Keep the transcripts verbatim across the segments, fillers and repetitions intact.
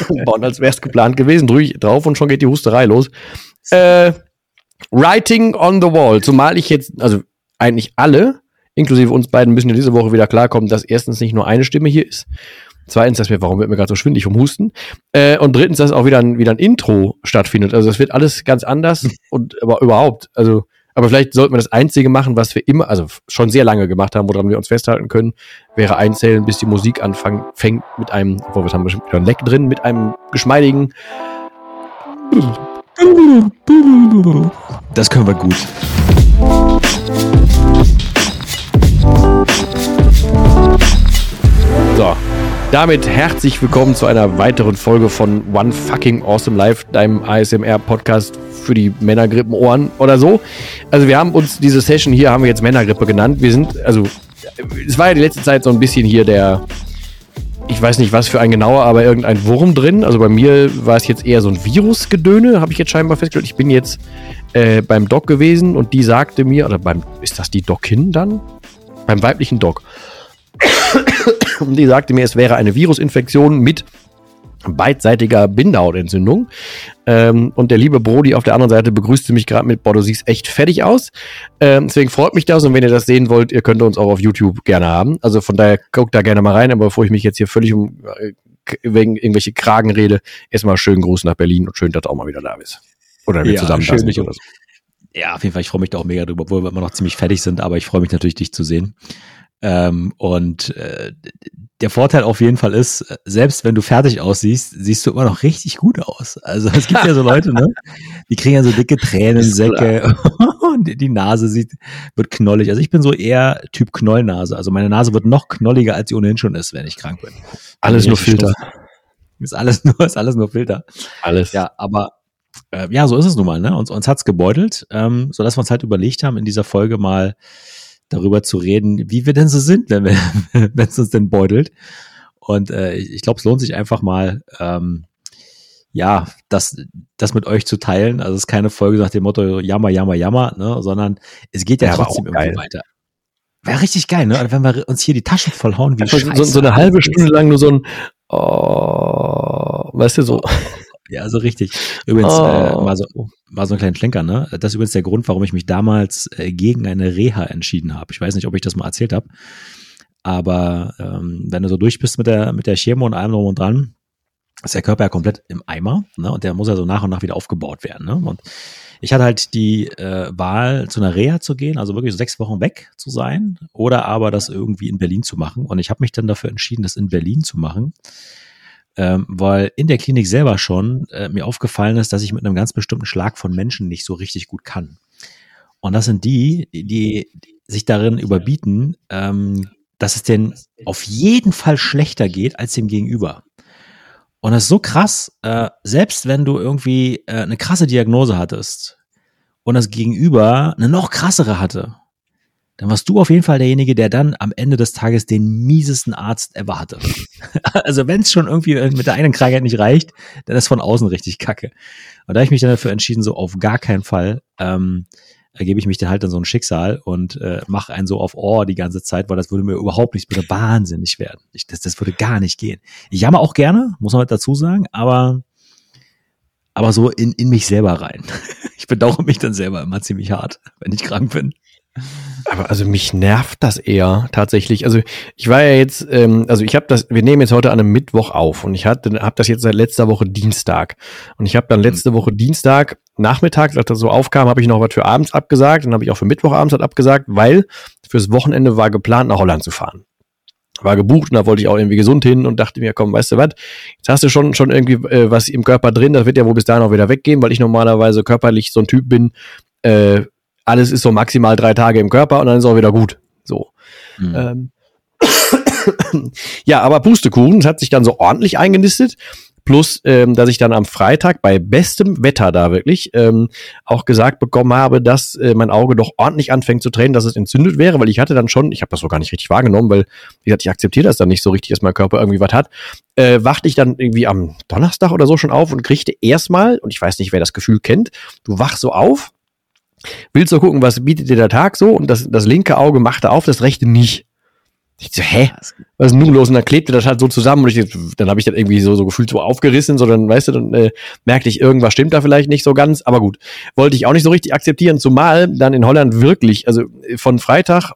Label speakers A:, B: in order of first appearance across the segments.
A: bauen, als wäre es geplant gewesen. Drücke ich drauf und schon geht die Husterei los. Äh, Writing on the Wall. Zumal ich jetzt, also eigentlich alle, inklusive uns beiden, müssen ja diese Woche wieder klarkommen, dass erstens nicht nur eine Stimme hier ist. Zweitens, dass mir, warum wird mir gerade so schwindelig vom Husten? Äh, und drittens, dass auch wieder ein, wieder ein Intro stattfindet. Also es wird alles ganz anders und aber überhaupt, also aber vielleicht sollten wir das Einzige machen, was wir immer, also schon sehr lange gemacht haben, woran wir uns festhalten können, wäre einzählen, bis die Musik anfängt, fängt mit einem, obwohl wir haben bestimmt wieder ein Leck drin, mit einem geschmeidigen.
B: Das können wir gut.
A: So, damit herzlich willkommen zu einer weiteren Folge von One Fucking Awesome Life, deinem A S M R-Podcast für die Männergrippenohren oder so. Also wir haben uns diese Session hier, haben wir jetzt Männergrippe genannt. Wir sind, also es war ja die letzte Zeit so ein bisschen hier der, ich weiß nicht was für ein genauer, aber irgendein Wurm drin. Also bei mir war es jetzt eher so ein Virusgedöne, habe ich jetzt scheinbar festgestellt. Ich bin jetzt äh, beim Doc gewesen und die sagte mir, oder beim, ist das die Docin dann? Beim weiblichen Doc. Und die sagte mir, es wäre eine Virusinfektion mit beidseitiger Bindehautentzündung. Ähm, und der liebe Brody auf der anderen Seite begrüßte mich gerade mit, boah, du siehst echt fertig aus. Ähm, deswegen freut mich das und wenn ihr das sehen wollt, ihr könnt uns auch auf YouTube gerne haben. Also von daher guckt da gerne mal rein, aber bevor ich mich jetzt hier völlig um äh, wegen irgendwelche Kragen rede, erstmal schönen Gruß nach Berlin und schön, dass du auch mal wieder da bist. Oder wir
B: ja,
A: zusammen da sind oder so.
B: Ja, auf jeden Fall, ich freue mich da auch mega drüber, obwohl wir immer noch ziemlich fertig sind, aber ich freue mich natürlich, dich zu sehen. Ähm, und äh, der Vorteil auf jeden Fall ist, selbst wenn du fertig aussiehst, siehst du immer noch richtig gut aus. Also es gibt ja so Leute, ne, die kriegen ja so dicke Tränensäcke und die Nase sieht, wird knollig. Also ich bin so eher Typ Knollnase. Also meine Nase wird noch knolliger, als sie ohnehin schon ist, wenn ich krank bin.
A: Alles nur Filter.
B: Ist alles nur, ist alles nur Filter.
A: Alles.
B: Ja, aber äh, ja, so ist es nun mal, ne? Uns, uns hat's gebeutelt, ähm, sodass wir uns halt überlegt haben, in dieser Folge mal darüber zu reden, wie wir denn so sind, wenn wir, wenn es uns denn beutelt. Und äh, ich glaube, es lohnt sich einfach mal, ähm, ja, das, das mit euch zu teilen. Also es ist keine Folge nach dem Motto Jammer, Jammer, Jammer, ne, sondern es geht ja, ja trotzdem irgendwie geil. Weiter. Wäre richtig geil, ne? Und wenn wir uns hier die Taschen vollhauen, wie
A: also
B: scheiße.
A: So, so eine halbe Stunde lang nur so ein oh, weißt du, so.
B: Ja, also richtig. Übrigens, oh. äh, mal, so, mal so ein kleiner Schlenker, ne? Das ist übrigens der Grund, warum ich mich damals äh, gegen eine Reha entschieden habe. Ich weiß nicht, ob ich das mal erzählt habe, aber ähm, wenn du so durch bist mit der mit der Chemo und allem drum und dran, ist der Körper ja komplett im Eimer, ne? Und der muss ja so nach und nach wieder aufgebaut werden, ne? Und ich hatte halt die äh, Wahl, zu einer Reha zu gehen, also wirklich so sechs Wochen weg zu sein, oder aber das irgendwie in Berlin zu machen. Und ich habe mich dann dafür entschieden, das in Berlin zu machen. Ähm, weil in der Klinik selber schon äh, mir aufgefallen ist, dass ich mit einem ganz bestimmten Schlag von Menschen nicht so richtig gut kann. Und das sind die, die, die sich darin überbieten, ähm, dass es denen auf jeden Fall schlechter geht als dem Gegenüber. Und das ist so krass, äh, selbst wenn du irgendwie äh, eine krasse Diagnose hattest und das Gegenüber eine noch krassere hatte, dann warst du auf jeden Fall derjenige, der dann am Ende des Tages den miesesten Arzt ever hatte. Also wenn es schon irgendwie mit der eigenen Krankheit nicht reicht, dann ist von außen richtig kacke. Und da habe ich mich dann dafür entschieden, so auf gar keinen Fall ähm, ergebe ich mich dann halt in so ein Schicksal und äh, mache einen so auf Ohr die ganze Zeit, weil das würde mir überhaupt nicht, würde wahnsinnig werden. Ich, das, das würde gar nicht gehen. Ich jammer auch gerne, muss man halt dazu sagen, aber aber so in, in mich selber rein. Ich bedauere mich dann selber immer ziemlich hart, wenn ich krank bin.
A: Aber also mich nervt das eher tatsächlich. Also ich war ja jetzt, ähm, also ich habe das, wir nehmen jetzt heute an einem Mittwoch auf und ich hatte, habe das jetzt seit letzter Woche Dienstag und ich habe dann letzte Woche Dienstag Nachmittag, als das so aufkam, habe ich noch was für abends abgesagt, dann habe ich auch für Mittwochabends was abgesagt, weil fürs Wochenende war geplant, nach Holland zu fahren. War gebucht und da wollte ich auch irgendwie gesund hin und dachte mir, komm, weißt du was, jetzt hast du schon schon irgendwie äh, was im Körper drin, das wird ja wohl bis dahin auch wieder weggehen, weil ich normalerweise körperlich so ein Typ bin, äh, alles ist so maximal drei Tage im Körper und dann ist auch wieder gut. So. Mhm. Ähm. Ja, aber Pustekuchen, das hat sich dann so ordentlich eingenistet. Plus, ähm, dass ich dann am Freitag bei bestem Wetter da wirklich ähm, auch gesagt bekommen habe, dass äh, mein Auge doch ordentlich anfängt zu tränen, dass es entzündet wäre, weil ich hatte dann schon, ich habe das so gar nicht richtig wahrgenommen, weil, wie gesagt, ich akzeptiere das dann nicht so richtig, dass mein Körper irgendwie was hat, äh, wachte ich dann irgendwie am Donnerstag oder so schon auf und kriegte erstmal, und ich weiß nicht, wer das Gefühl kennt, du wachst so auf, willst so gucken, was bietet dir der Tag so, und das, das linke Auge machte auf, das rechte nicht. Ich so, hä? Was ist denn nun los? Und dann klebte das halt so zusammen und ich, dann habe ich das irgendwie so, so gefühlt so aufgerissen, so dann, weißt du, dann äh, merkte ich, irgendwas stimmt da vielleicht nicht so ganz, aber gut. Wollte ich auch nicht so richtig akzeptieren, zumal dann in Holland wirklich, also von Freitag,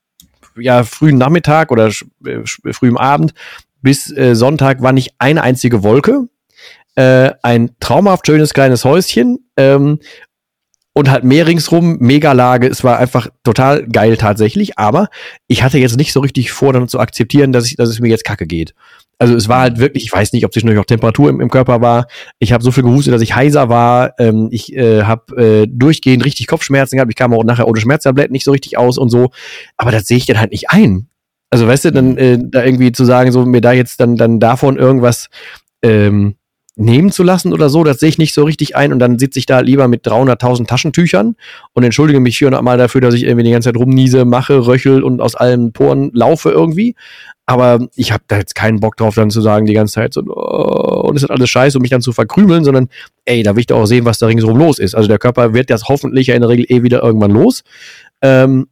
A: ja, frühen Nachmittag oder äh, frühem Abend bis äh, Sonntag war nicht eine einzige Wolke, äh, ein traumhaft schönes kleines Häuschen, ähm, und halt mehr ringsrum, Megalage, es war einfach total geil tatsächlich, aber ich hatte jetzt nicht so richtig vor, dann zu akzeptieren, dass ich, dass es mir jetzt kacke geht. Also es war halt wirklich, ich weiß nicht, ob sich noch Temperatur im, im Körper war, ich habe so viel gehustet, dass ich heiser war, ähm, ich äh, habe äh, durchgehend richtig Kopfschmerzen gehabt, ich kam auch nachher ohne Schmerztabletten nicht so richtig aus und so, aber das sehe ich dann halt nicht ein. Also weißt du, dann äh, da irgendwie zu sagen, so mir da jetzt dann, dann davon irgendwas ähm, nehmen zu lassen oder so, das sehe ich nicht so richtig ein und dann sitze ich da lieber mit dreihunderttausend Taschentüchern und entschuldige mich vierhundert Mal dafür, dass ich irgendwie die ganze Zeit rumniese, mache, röchel und aus allen Poren laufe irgendwie, aber ich habe da jetzt keinen Bock drauf, dann zu sagen die ganze Zeit so, oh, und es ist alles scheiße und mich dann zu verkrümeln, sondern ey, da will ich doch auch sehen, was da ringsherum los ist. Also der Körper wird das hoffentlich ja in der Regel eh wieder irgendwann los. Ähm,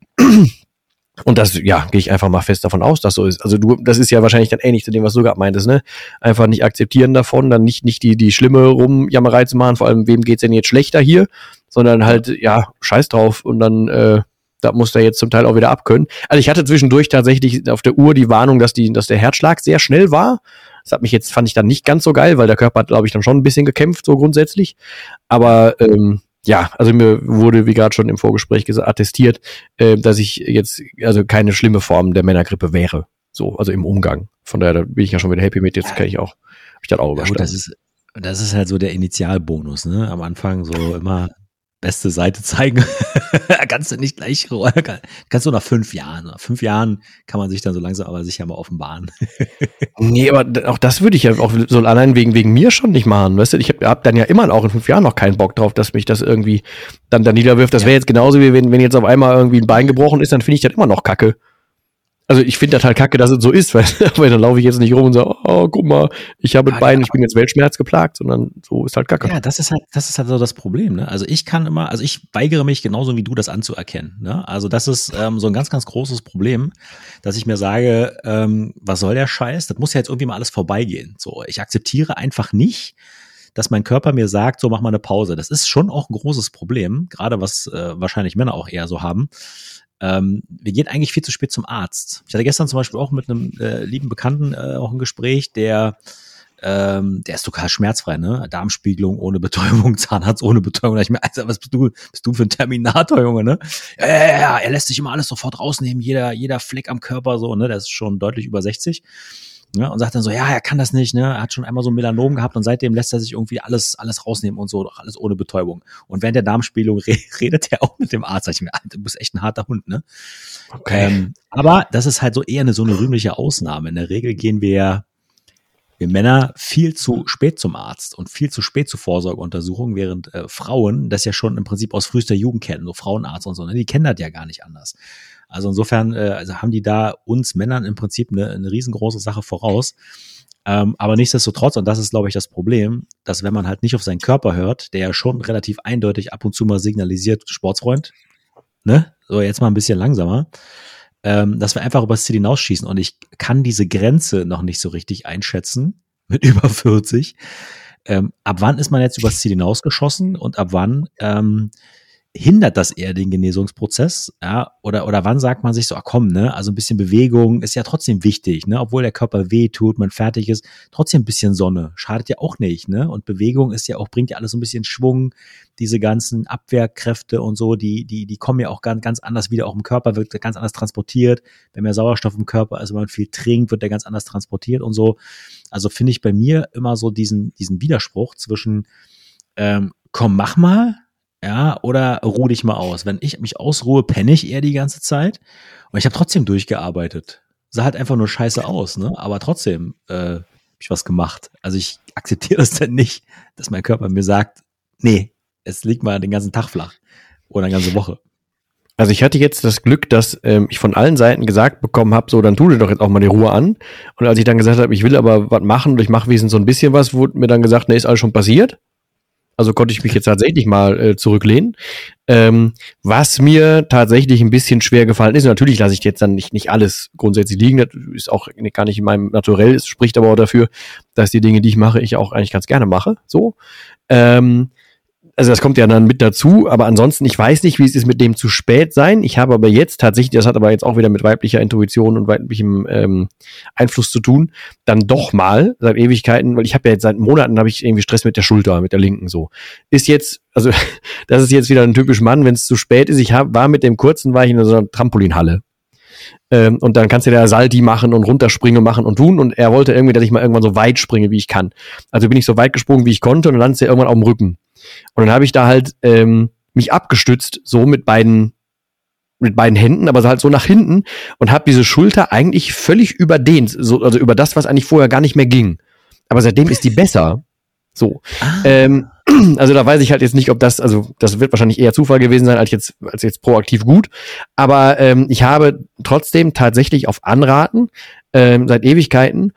A: Und das, ja, gehe ich einfach mal fest davon aus, dass so ist. Also du, das ist ja wahrscheinlich dann ähnlich zu dem, was du gerade meintest, ne? Einfach nicht akzeptieren davon, dann nicht nicht die die schlimme Rumjammerei zu machen, vor allem, wem geht's denn jetzt schlechter hier, sondern halt, ja, scheiß drauf und dann, äh, da muss der jetzt zum Teil auch wieder abkönnen. Also ich hatte zwischendurch tatsächlich auf der Uhr die Warnung, dass die, dass der Herzschlag sehr schnell war. Das hat mich jetzt, fand ich dann nicht ganz so geil, weil der Körper hat, glaube ich, dann schon ein bisschen gekämpft, so grundsätzlich. Aber, ähm, ja, also mir wurde, wie gerade schon im Vorgespräch gesagt, attestiert, äh, dass ich jetzt also keine schlimme Form der Männergrippe wäre. So, also im Umgang. Von daher da bin ich ja schon wieder happy mit, jetzt kann ich auch, hab ich das auch überstanden.
B: Ja, gut, das ist, das ist halt so der Initialbonus, ne? Am Anfang so immer beste Seite zeigen. Kannst du nicht gleich, kannst du nach fünf Jahren, nach fünf Jahren kann man sich dann so langsam aber sicher mal offenbaren.
A: Nee, aber auch das würde ich ja auch so allein wegen, wegen mir schon nicht machen, weißt du, ich habe hab dann ja immer auch in fünf Jahren noch keinen Bock drauf, dass mich das irgendwie dann, dann niederwirft. Das wäre jetzt genauso wie wenn, wenn jetzt auf einmal irgendwie ein Bein gebrochen ist, dann finde ich das immer noch kacke. Also ich finde das halt kacke, dass es so ist, weil, weil dann laufe ich jetzt nicht rum und sage, oh, guck mal, ich habe ein Bein, ich bin jetzt Weltschmerz geplagt, sondern so ist halt kacke.
B: Ja, das ist halt, das ist halt so das Problem, ne? Also ich kann immer, also ich weigere mich genauso wie du das anzuerkennen, ne? Also das ist ähm, so ein ganz, ganz großes Problem, dass ich mir sage, ähm, was soll der Scheiß? Das muss ja jetzt irgendwie mal alles vorbeigehen. So, ich akzeptiere einfach nicht, dass mein Körper mir sagt, so mach mal eine Pause. Das ist schon auch ein großes Problem, gerade was äh, wahrscheinlich Männer auch eher so haben. Ähm, wir gehen eigentlich viel zu spät zum Arzt. Ich hatte gestern zum Beispiel auch mit einem äh, lieben Bekannten äh, auch ein Gespräch, der ähm, der ist total schmerzfrei, ne? Darmspiegelung ohne Betäubung, Zahnarzt ohne Betäubung. Da ich mir, Alter, was bist du, bist du für ein Terminator, Junge, ne? Ja, ja, ja, er lässt sich immer alles sofort rausnehmen, jeder, jeder Fleck am Körper, so, ne? Der ist schon deutlich über sechzig. Ja, und sagt dann so, ja, er kann das nicht, ne? Er hat schon einmal so ein Melanom gehabt und seitdem lässt er sich irgendwie alles, alles rausnehmen und so, doch alles ohne Betäubung. Und während der Darmspiegelung re- redet er auch mit dem Arzt. Sag ich mir, Alter, du bist echt ein harter Hund, ne? Okay. Ähm, aber das ist halt so eher eine, so eine rühmliche Ausnahme. In der Regel gehen wir, wir Männer viel zu spät zum Arzt und viel zu spät zu Vorsorgeuntersuchungen, während äh, Frauen das ja schon im Prinzip aus frühester Jugend kennen, so Frauenarzt und so, ne? Die kennen das ja gar nicht anders. Also insofern äh, also haben die da uns Männern im Prinzip eine, eine riesengroße Sache voraus. Ähm, aber nichtsdestotrotz, und das ist, glaube ich, das Problem, dass wenn man halt nicht auf seinen Körper hört, der ja schon relativ eindeutig ab und zu mal signalisiert, Sportsfreund, ne, so jetzt mal ein bisschen langsamer, ähm, dass wir einfach übers Ziel hinausschießen. Und ich kann diese Grenze noch nicht so richtig einschätzen, mit über vierzig. Ähm, ab wann ist man jetzt übers Ziel hinausgeschossen und ab wann ähm, hindert das eher den Genesungsprozess, ja, oder, oder wann sagt man sich so, ah komm, ne, also ein bisschen Bewegung ist ja trotzdem wichtig, ne, obwohl der Körper weh tut, man fertig ist, trotzdem ein bisschen Sonne, schadet ja auch nicht, ne, und Bewegung ist ja auch, bringt ja alles so ein bisschen Schwung, diese ganzen Abwehrkräfte und so, die, die, die kommen ja auch ganz, ganz anders wieder, auch im Körper wird ganz anders transportiert, wenn mehr Sauerstoff im Körper ist, wenn man viel trinkt, wird der ganz anders transportiert und so, also finde ich bei mir immer so diesen, diesen Widerspruch zwischen, ähm, komm, mach mal, ja, oder ruh dich mal aus. Wenn ich mich ausruhe, penne ich eher die ganze Zeit. Und ich habe trotzdem durchgearbeitet. Sah halt einfach nur scheiße aus, ne? Aber trotzdem äh, habe ich was gemacht. Also ich akzeptiere das dann nicht, dass mein Körper mir sagt, nee, es liegt mal den ganzen Tag flach. Oder eine ganze Woche.
A: Also ich hatte jetzt das Glück, dass ähm, ich von allen Seiten gesagt bekommen habe, so, dann tu dir doch jetzt auch mal die Ruhe an. Und als ich dann gesagt habe, ich will aber was machen und ich mache wenigstens so ein bisschen was, wurde mir dann gesagt, ne, ist alles schon passiert. Also konnte ich mich jetzt tatsächlich mal äh, zurücklehnen. Ähm, was mir tatsächlich ein bisschen schwer gefallen ist, natürlich lasse ich jetzt dann nicht, nicht alles grundsätzlich liegen, das ist auch gar nicht in meinem Naturell, es spricht aber auch dafür, dass die Dinge, die ich mache, ich auch eigentlich ganz gerne mache, so. Ähm, also das kommt ja dann mit dazu, aber ansonsten, ich weiß nicht, wie es ist mit dem zu spät sein. Ich habe aber jetzt tatsächlich, das hat aber jetzt auch wieder mit weiblicher Intuition und weiblichem ähm, Einfluss zu tun, dann doch mal seit Ewigkeiten, weil ich habe ja jetzt seit Monaten habe ich irgendwie Stress mit der Schulter, mit der linken so. Ist jetzt, also das ist jetzt wieder ein typisch Mann, wenn es zu spät ist. Ich hab, war mit dem kurzen, war ich in so einer Trampolinhalle. Ähm, und dann kannst du da Salti machen und runterspringen machen und tun. Und er wollte irgendwie, dass ich mal irgendwann so weit springe, wie ich kann. Also bin ich so weit gesprungen, wie ich konnte und dann landete er irgendwann auf dem Rücken. Und dann habe ich da halt ähm, mich abgestützt, so mit beiden mit beiden Händen, aber halt so nach hinten und habe diese Schulter eigentlich völlig überdehnt, so, also über das, was eigentlich vorher gar nicht mehr ging. Aber seitdem ist die besser. So. Ah. Ähm, also da weiß ich halt jetzt nicht, ob das, also das wird wahrscheinlich eher Zufall gewesen sein, als jetzt, als jetzt proaktiv gut. Aber ähm, ich habe trotzdem tatsächlich auf Anraten ähm, seit Ewigkeiten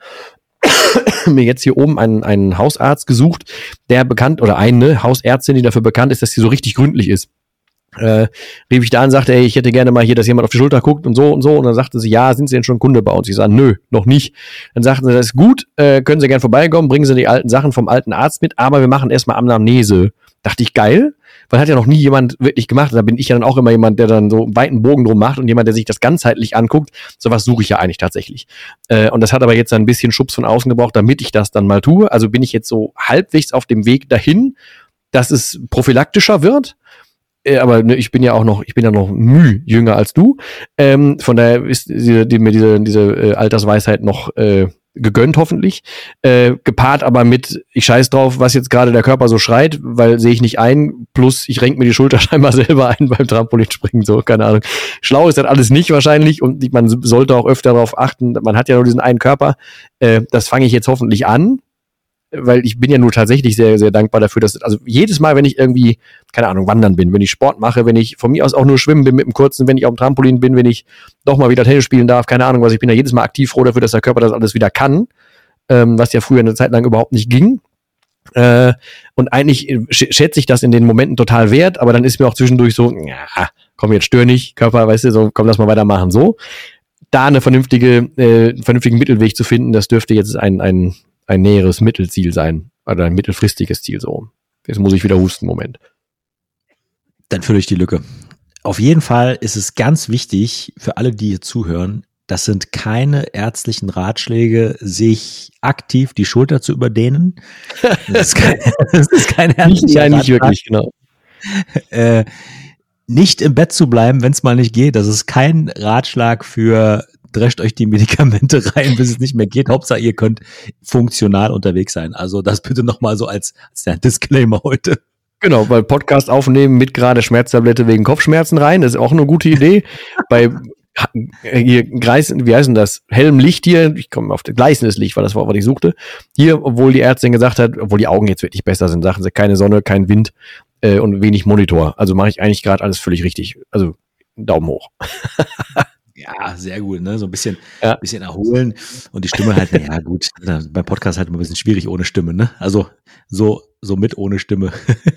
A: mir jetzt hier oben einen, einen Hausarzt gesucht, der bekannt, oder eine Hausärztin, die dafür bekannt ist, dass sie so richtig gründlich ist. Äh, rief ich da an, sagte, ey, ich hätte gerne mal hier, dass jemand auf die Schulter guckt und so und so. Und dann sagte sie, ja, sind Sie denn schon Kunde bei uns? Ich sage, nö, noch nicht. Dann sagten sie, das ist gut, äh, können Sie gerne vorbeikommen, bringen Sie die alten Sachen vom alten Arzt mit, aber wir machen erstmal Anamnese. Dachte ich, geil, weil hat ja noch nie jemand wirklich gemacht. Da bin ich ja dann auch immer jemand, der dann so einen weiten Bogen drum macht und jemand, der sich das ganzheitlich anguckt. Sowas suche ich ja eigentlich tatsächlich. Äh, und das hat aber jetzt ein bisschen Schubs von außen gebraucht, damit ich das dann mal tue. Also bin ich jetzt so halbwegs auf dem Weg dahin, dass es prophylaktischer wird. Äh, aber ne, ich bin ja auch noch, ich bin ja noch müh jünger als du. Ähm, von daher ist die, die, mir diese, diese äh, Altersweisheit noch äh, gegönnt, hoffentlich. Äh, gepaart aber mit, ich scheiß drauf, was jetzt gerade der Körper so schreit, weil sehe ich nicht ein, plus ich renk mir die Schulter scheinbar selber ein beim Trampolinspringen, so, keine Ahnung. Schlau ist das alles nicht wahrscheinlich und man sollte auch öfter darauf achten, man hat ja nur diesen einen Körper. Äh, das fange ich jetzt hoffentlich an, weil ich bin ja nur tatsächlich sehr, sehr dankbar dafür, dass, also jedes Mal, wenn ich irgendwie, keine Ahnung, wandern bin, wenn ich Sport mache, wenn ich von mir aus auch nur schwimmen bin mit dem kurzen, wenn ich auf dem Trampolin bin, wenn ich doch mal wieder Tennis spielen darf, keine Ahnung was, ich bin ja jedes Mal aktiv froh dafür, dass der Körper das alles wieder kann, ähm, was ja früher eine Zeit lang überhaupt nicht ging. Äh, und eigentlich sch- schätze ich das in den Momenten total wert, aber dann ist mir auch zwischendurch so, ja, komm, jetzt stör nicht, Körper, weißt du, so, komm, lass mal weitermachen, so. Da eine vernünftige, äh, vernünftigen Mittelweg zu finden, das dürfte jetzt ein, ein ein näheres Mittelziel sein. Oder ein mittelfristiges Ziel so. Jetzt muss ich wieder husten, Moment.
B: Dann fülle ich die Lücke. Auf jeden Fall ist es ganz wichtig für alle, die hier zuhören, das sind keine ärztlichen Ratschläge, sich aktiv die Schulter zu überdehnen. Das ist kein, das ist kein ärztlicher
A: Ratschlag. Nicht wirklich, genau.
B: Äh, nicht im Bett zu bleiben, wenn es mal nicht geht. Das ist kein Ratschlag für drescht euch die Medikamente rein, bis es nicht mehr geht. Hauptsache, ihr könnt funktional unterwegs sein. Also das bitte nochmal so als, als der Disclaimer heute.
A: Genau, weil Podcast aufnehmen mit gerade Schmerztablette wegen Kopfschmerzen rein, das ist auch eine gute Idee. Bei hier Greisen, wie heißt denn das? Hellem Licht hier, ich komme auf das gleißendes Licht, war das Wort, was ich suchte. Hier, obwohl die Ärztin gesagt hat, obwohl die Augen jetzt wirklich besser sind, sagen sie, keine Sonne, kein Wind äh, und wenig Monitor. Also mache ich eigentlich gerade alles völlig richtig. Also Daumen hoch.
B: Ja, sehr gut, ne? So ein bisschen, ja. bisschen erholen und die Stimme halt, naja, gut, beim Podcast halt immer ein bisschen schwierig ohne Stimme, ne? Also so, so mit ohne Stimme.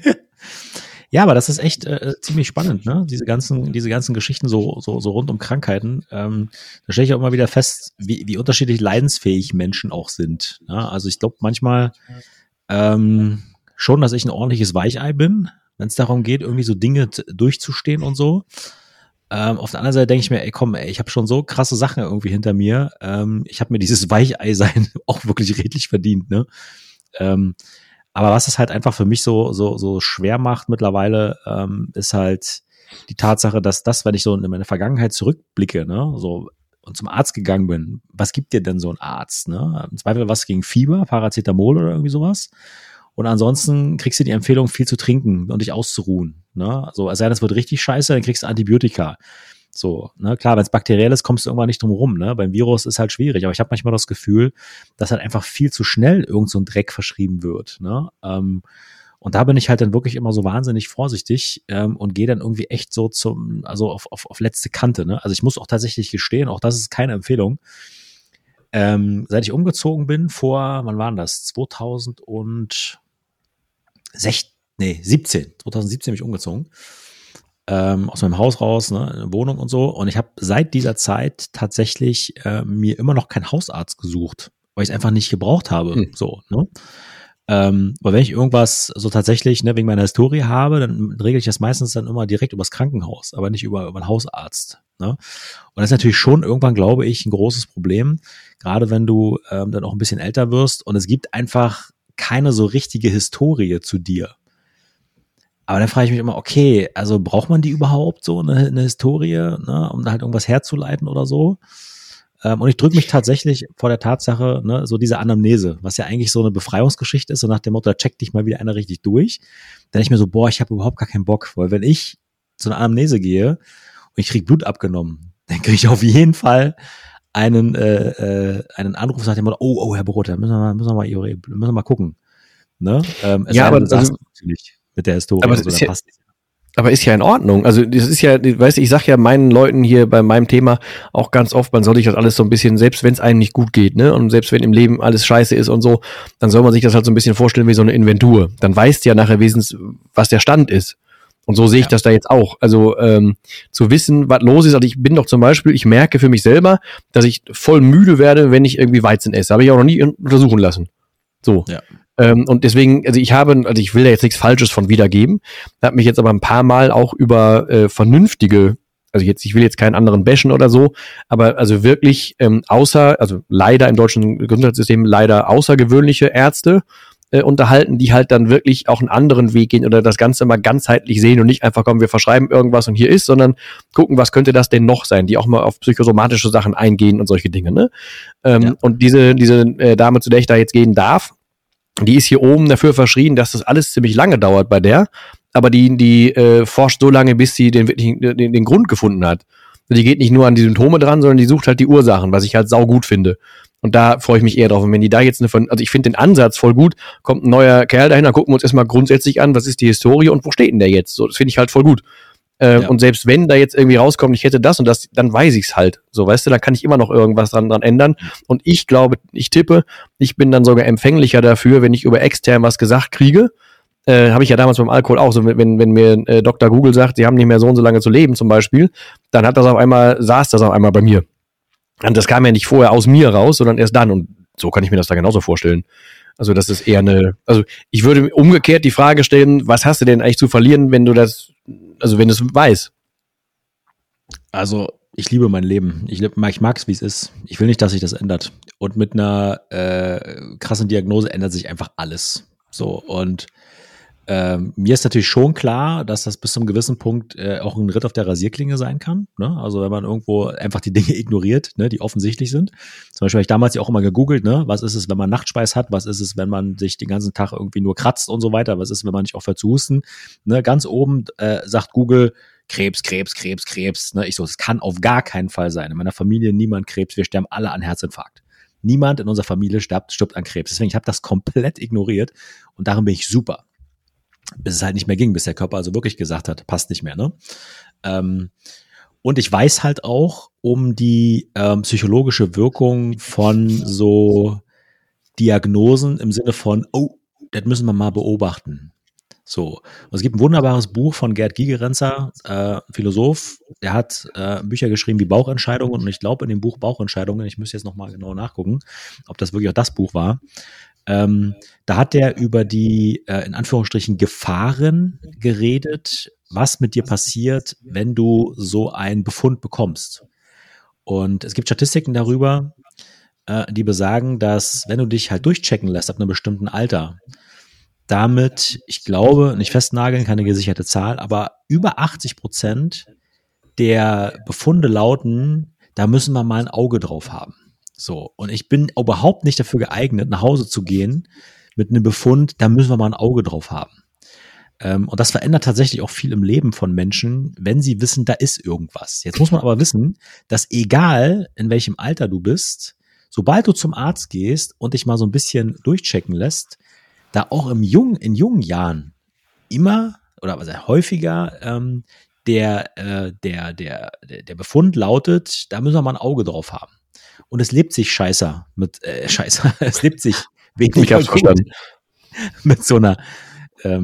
B: Ja, aber das ist echt äh, ziemlich spannend, ne? Diese ganzen, diese ganzen Geschichten so, so, so rund um Krankheiten. Ähm, da stelle ich auch immer wieder fest, wie, wie unterschiedlich leidensfähig Menschen auch sind. Ne? Also ich glaube manchmal ähm, schon, dass ich ein ordentliches Weichei bin, wenn es darum geht, irgendwie so Dinge t- durchzustehen und so. Ähm, auf der anderen Seite denke ich mir, ey komm, ey, ich habe schon so krasse Sachen irgendwie hinter mir. Ähm, ich habe mir dieses Weichei-Sein auch wirklich redlich verdient, ne? Ähm, aber was es halt einfach für mich so so so schwer macht mittlerweile, ähm, ist halt die Tatsache, dass das, wenn ich so in meine Vergangenheit zurückblicke, ne, so und zum Arzt gegangen bin, was gibt dir denn so ein Arzt, ne? Im Zweifel was gegen Fieber, Paracetamol oder irgendwie sowas. Und ansonsten kriegst du die Empfehlung, viel zu trinken und dich auszuruhen. Ne? Also, es sei denn, es wird richtig scheiße, dann kriegst du Antibiotika. So, ne, klar, wenn es bakteriell ist, kommst du irgendwann nicht drum rum. Ne? Beim Virus ist halt schwierig, aber ich habe manchmal das Gefühl, dass halt einfach viel zu schnell irgend so ein Dreck verschrieben wird. Ne? Ähm, und da bin ich halt dann wirklich immer so wahnsinnig vorsichtig ähm, und gehe dann irgendwie echt so zum, also auf, auf, auf letzte Kante. Ne? Also ich muss auch tatsächlich gestehen, auch das ist keine Empfehlung. Ähm, seit ich umgezogen bin vor, wann waren das? zweitausendsechzehn nee, siebzehn, zwanzig siebzehn bin ich umgezogen. Ähm, aus meinem Haus raus, ne, eine Wohnung und so. Und ich habe seit dieser Zeit tatsächlich äh, mir immer noch keinen Hausarzt gesucht, weil ich es einfach nicht gebraucht habe. Hm. So, ne? Ähm, weil wenn ich irgendwas so tatsächlich ne, wegen meiner Historie habe, dann regle ich das meistens dann immer direkt übers Krankenhaus, aber nicht über, über einen Hausarzt. Ne? Und das ist natürlich schon irgendwann, glaube ich, ein großes Problem, gerade wenn du ähm, dann auch ein bisschen älter wirst und es gibt einfach keine so richtige Historie zu dir. Aber dann frage ich mich immer, okay, also braucht man die überhaupt so, eine, eine Historie, ne, um da halt irgendwas herzuleiten oder so? Ähm, und ich drücke mich tatsächlich vor der Tatsache, ne, so diese Anamnese, was ja eigentlich so eine Befreiungsgeschichte ist, so nach dem Motto, da checkt dich mal wieder einer richtig durch. Dann denke ich mir so, boah, ich habe überhaupt gar keinen Bock, weil wenn ich zu einer Anamnese gehe und ich kriege Blut abgenommen, dann kriege ich auf jeden Fall einen äh, äh, einen Anruf, nach dem Motto, oh, oh, Herr Brote, müssen wir mal, müssen wir mal, müssen wir mal gucken. Ne? Ähm,
A: ja, aber das
B: natürlich mit der Historie.
A: Aber,
B: so,
A: ist ja,
B: passt
A: aber ist ja in Ordnung. Also das ist ja, weißt du, ich sag ja meinen Leuten hier bei meinem Thema auch ganz oft, man soll sich das alles so ein bisschen, selbst wenn es einem nicht gut geht, ne, und selbst wenn im Leben alles scheiße ist und so, dann soll man sich das halt so ein bisschen vorstellen wie so eine Inventur. Dann weißt du ja nachher wenigstens, was der Stand ist. Und so sehe ich ja. das da jetzt auch. Also ähm, zu wissen, was los ist. Also ich bin doch zum Beispiel, ich merke für mich selber, dass ich voll müde werde, wenn ich irgendwie Weizen esse. Habe ich auch noch nie untersuchen lassen. So. Ja. Ähm, und deswegen, also ich habe, also ich will da jetzt nichts Falsches von wiedergeben, habe mich jetzt aber ein paar Mal auch über äh, vernünftige, also jetzt, ich will jetzt keinen anderen bashen oder so, aber also wirklich ähm, außer, also leider im deutschen Gesundheitssystem leider außergewöhnliche Ärzte äh, unterhalten, die halt dann wirklich auch einen anderen Weg gehen oder das Ganze mal ganzheitlich sehen und nicht einfach kommen, wir verschreiben irgendwas und hier ist, sondern gucken, was könnte das denn noch sein, die auch mal auf psychosomatische Sachen eingehen und solche Dinge, ne? Ähm, ja. Und diese, diese äh, Dame, zu der ich da jetzt gehen darf, die ist hier oben dafür verschrien, dass das alles ziemlich lange dauert bei der, aber die die äh, forscht so lange, bis sie den, den, den Grund gefunden hat. Die geht nicht nur an die Symptome dran, sondern die sucht halt die Ursachen, was ich halt saugut finde. Und da freue ich mich eher drauf. Und wenn die da jetzt eine, also ich finde den Ansatz voll gut, kommt ein neuer Kerl dahin, dann gucken wir uns erstmal grundsätzlich an, was ist die Historie und wo steht denn der jetzt? So, das finde ich halt voll gut. Äh, ja. Und selbst wenn da jetzt irgendwie rauskommt, ich hätte das und das, dann weiß ich's halt. So, weißt du, dann kann ich immer noch irgendwas dran, dran ändern. Und ich glaube, ich tippe, ich bin dann sogar empfänglicher dafür, wenn ich über extern was gesagt kriege. Äh, habe ich ja damals beim Alkohol auch so, wenn, wenn mir äh, Doktor Google sagt, sie haben nicht mehr so und so lange zu leben zum Beispiel, dann hat das auf einmal, saß das auf einmal bei mir. Und das kam ja nicht vorher aus mir raus, sondern erst dann. Und so kann ich mir das da genauso vorstellen. Also das ist eher eine, also ich würde umgekehrt die Frage stellen, was hast du denn eigentlich zu verlieren, wenn du das, also wenn du es weißt?
B: Also ich liebe mein Leben. Ich, ich mag es, wie es ist. Ich will nicht, dass sich das ändert. Und mit einer äh, krassen Diagnose ändert sich einfach alles. So, und Ähm, mir ist natürlich schon klar, dass das bis zum gewissen Punkt äh, auch ein Ritt auf der Rasierklinge sein kann. Ne? Also wenn man irgendwo einfach die Dinge ignoriert, ne, die offensichtlich sind. Zum Beispiel habe ich damals ja auch immer gegoogelt, ne, was ist es, wenn man Nachtspeis hat, was ist es, wenn man sich den ganzen Tag irgendwie nur kratzt und so weiter, was ist es, wenn man nicht aufhört zu husten. Ne? Ganz oben äh, sagt Google Krebs, Krebs, Krebs, Krebs. Ne? Ich so, es kann auf gar keinen Fall sein. In meiner Familie niemand Krebs, wir sterben alle an Herzinfarkt. Niemand in unserer Familie stirbt, stirbt an Krebs. Deswegen, ich habe das komplett ignoriert und darin bin ich super. Bis es halt nicht mehr ging, bis der Körper also wirklich gesagt hat, passt nicht mehr, ne? Ähm, und ich weiß halt auch um die ähm, psychologische Wirkung von so Diagnosen im Sinne von, oh, das müssen wir mal beobachten. So. Und es gibt ein wunderbares Buch von Gerd Gigerenzer, äh, Philosoph, der hat äh, Bücher geschrieben wie Bauchentscheidungen und ich glaube in dem Buch Bauchentscheidungen, ich müsste jetzt nochmal genau nachgucken, ob das wirklich auch das Buch war. Ähm, da hat der über die, äh, in Anführungsstrichen, Gefahren geredet, was mit dir passiert, wenn du so einen Befund bekommst. Und es gibt Statistiken darüber, äh, die besagen, dass wenn du dich halt durchchecken lässt ab einem bestimmten Alter, damit, ich glaube, nicht festnageln, keine gesicherte Zahl, aber über achtzig Prozent der Befunde lauten, da müssen wir mal ein Auge drauf haben. So, und ich bin überhaupt nicht dafür geeignet, nach Hause zu gehen mit einem Befund, da müssen wir mal ein Auge drauf haben. Ähm, und das verändert tatsächlich auch viel im Leben von Menschen, wenn sie wissen, da ist irgendwas. Jetzt muss man aber wissen, dass egal in welchem Alter du bist, sobald du zum Arzt gehst und dich mal so ein bisschen durchchecken lässt, da auch im jungen, in jungen Jahren immer oder also häufiger ähm, der, äh, der, der, der Befund lautet, da müssen wir mal ein Auge drauf haben. Und es lebt sich scheißer mit, äh, scheißer, es lebt sich weniger
A: gut mit so einer,
B: ähm,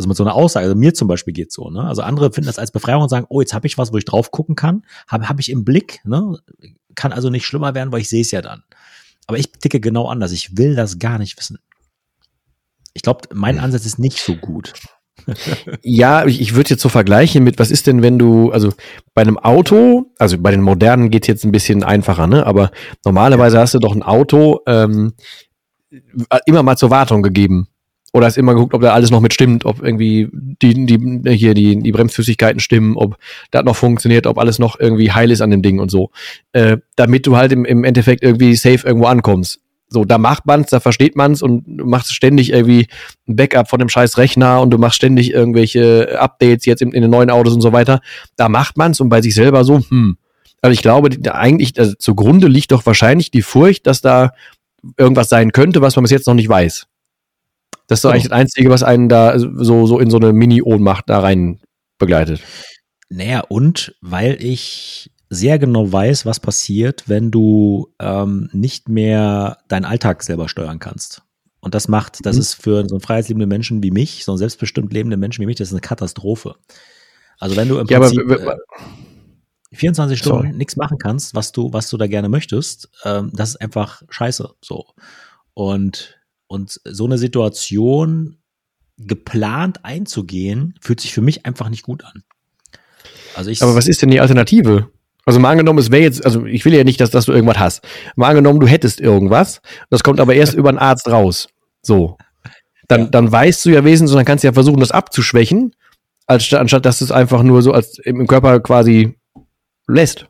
B: Also mit so einer Aussage, also mir zum Beispiel geht's so, ne? Also andere finden das als Befreiung und sagen, oh, jetzt habe ich was, wo ich drauf gucken kann, habe hab ich im Blick, ne? Kann also nicht schlimmer werden, weil ich sehe es ja dann. Aber ich ticke genau anders. Ich will das gar nicht wissen. Ich glaube, mein Ansatz ist nicht so gut.
A: Ja, ich, ich würde jetzt so vergleichen mit, was ist denn, wenn du, also bei einem Auto, also bei den modernen geht's jetzt ein bisschen einfacher, ne? Aber normalerweise hast du doch ein Auto ähm, immer mal zur Wartung gegeben. Oder hast immer geguckt, ob da alles noch mit stimmt, ob irgendwie die, die, hier die, die Bremsflüssigkeiten stimmen, ob das noch funktioniert, ob alles noch irgendwie heil ist an dem Ding und so. Äh, damit du halt im, im Endeffekt irgendwie safe irgendwo ankommst. So, da macht man's, da versteht man's und du machst ständig irgendwie ein Backup von dem scheiß Rechner und du machst ständig irgendwelche Updates jetzt in, in den neuen Autos und so weiter. Da macht man's und bei sich selber so, hm. Also ich glaube, die, eigentlich, also zugrunde liegt doch wahrscheinlich die Furcht, dass da irgendwas sein könnte, was man bis jetzt noch nicht weiß. Das ist doch eigentlich das Einzige, was einen da so, so in so eine Mini-Ohnmacht da rein begleitet.
B: Naja, und weil ich sehr genau weiß, was passiert, wenn du ähm, nicht mehr deinen Alltag selber steuern kannst. Und das macht, das mhm. ist für so einen freiheitsliebenden Menschen wie mich, so einen selbstbestimmt lebenden Menschen wie mich, das ist eine Katastrophe. Also wenn du im
A: ja,
B: Prinzip
A: aber,
B: äh, vierundzwanzig Stunden
A: sorry.
B: nichts machen kannst, was du, was du da gerne möchtest, ähm, das ist einfach scheiße. So. Und Und so eine Situation geplant einzugehen, fühlt sich für mich einfach nicht gut an. Also ich
A: Aber was ist denn die Alternative? Also mal angenommen, es wäre jetzt, also ich will ja nicht, dass, dass du irgendwas hast. Mal angenommen, du hättest irgendwas, das kommt aber erst über einen Arzt raus. So. Dann, ja. dann weißt du ja wesentlich, und dann kannst du ja versuchen, das abzuschwächen, als, anstatt dass du es einfach nur so als im Körper quasi lässt.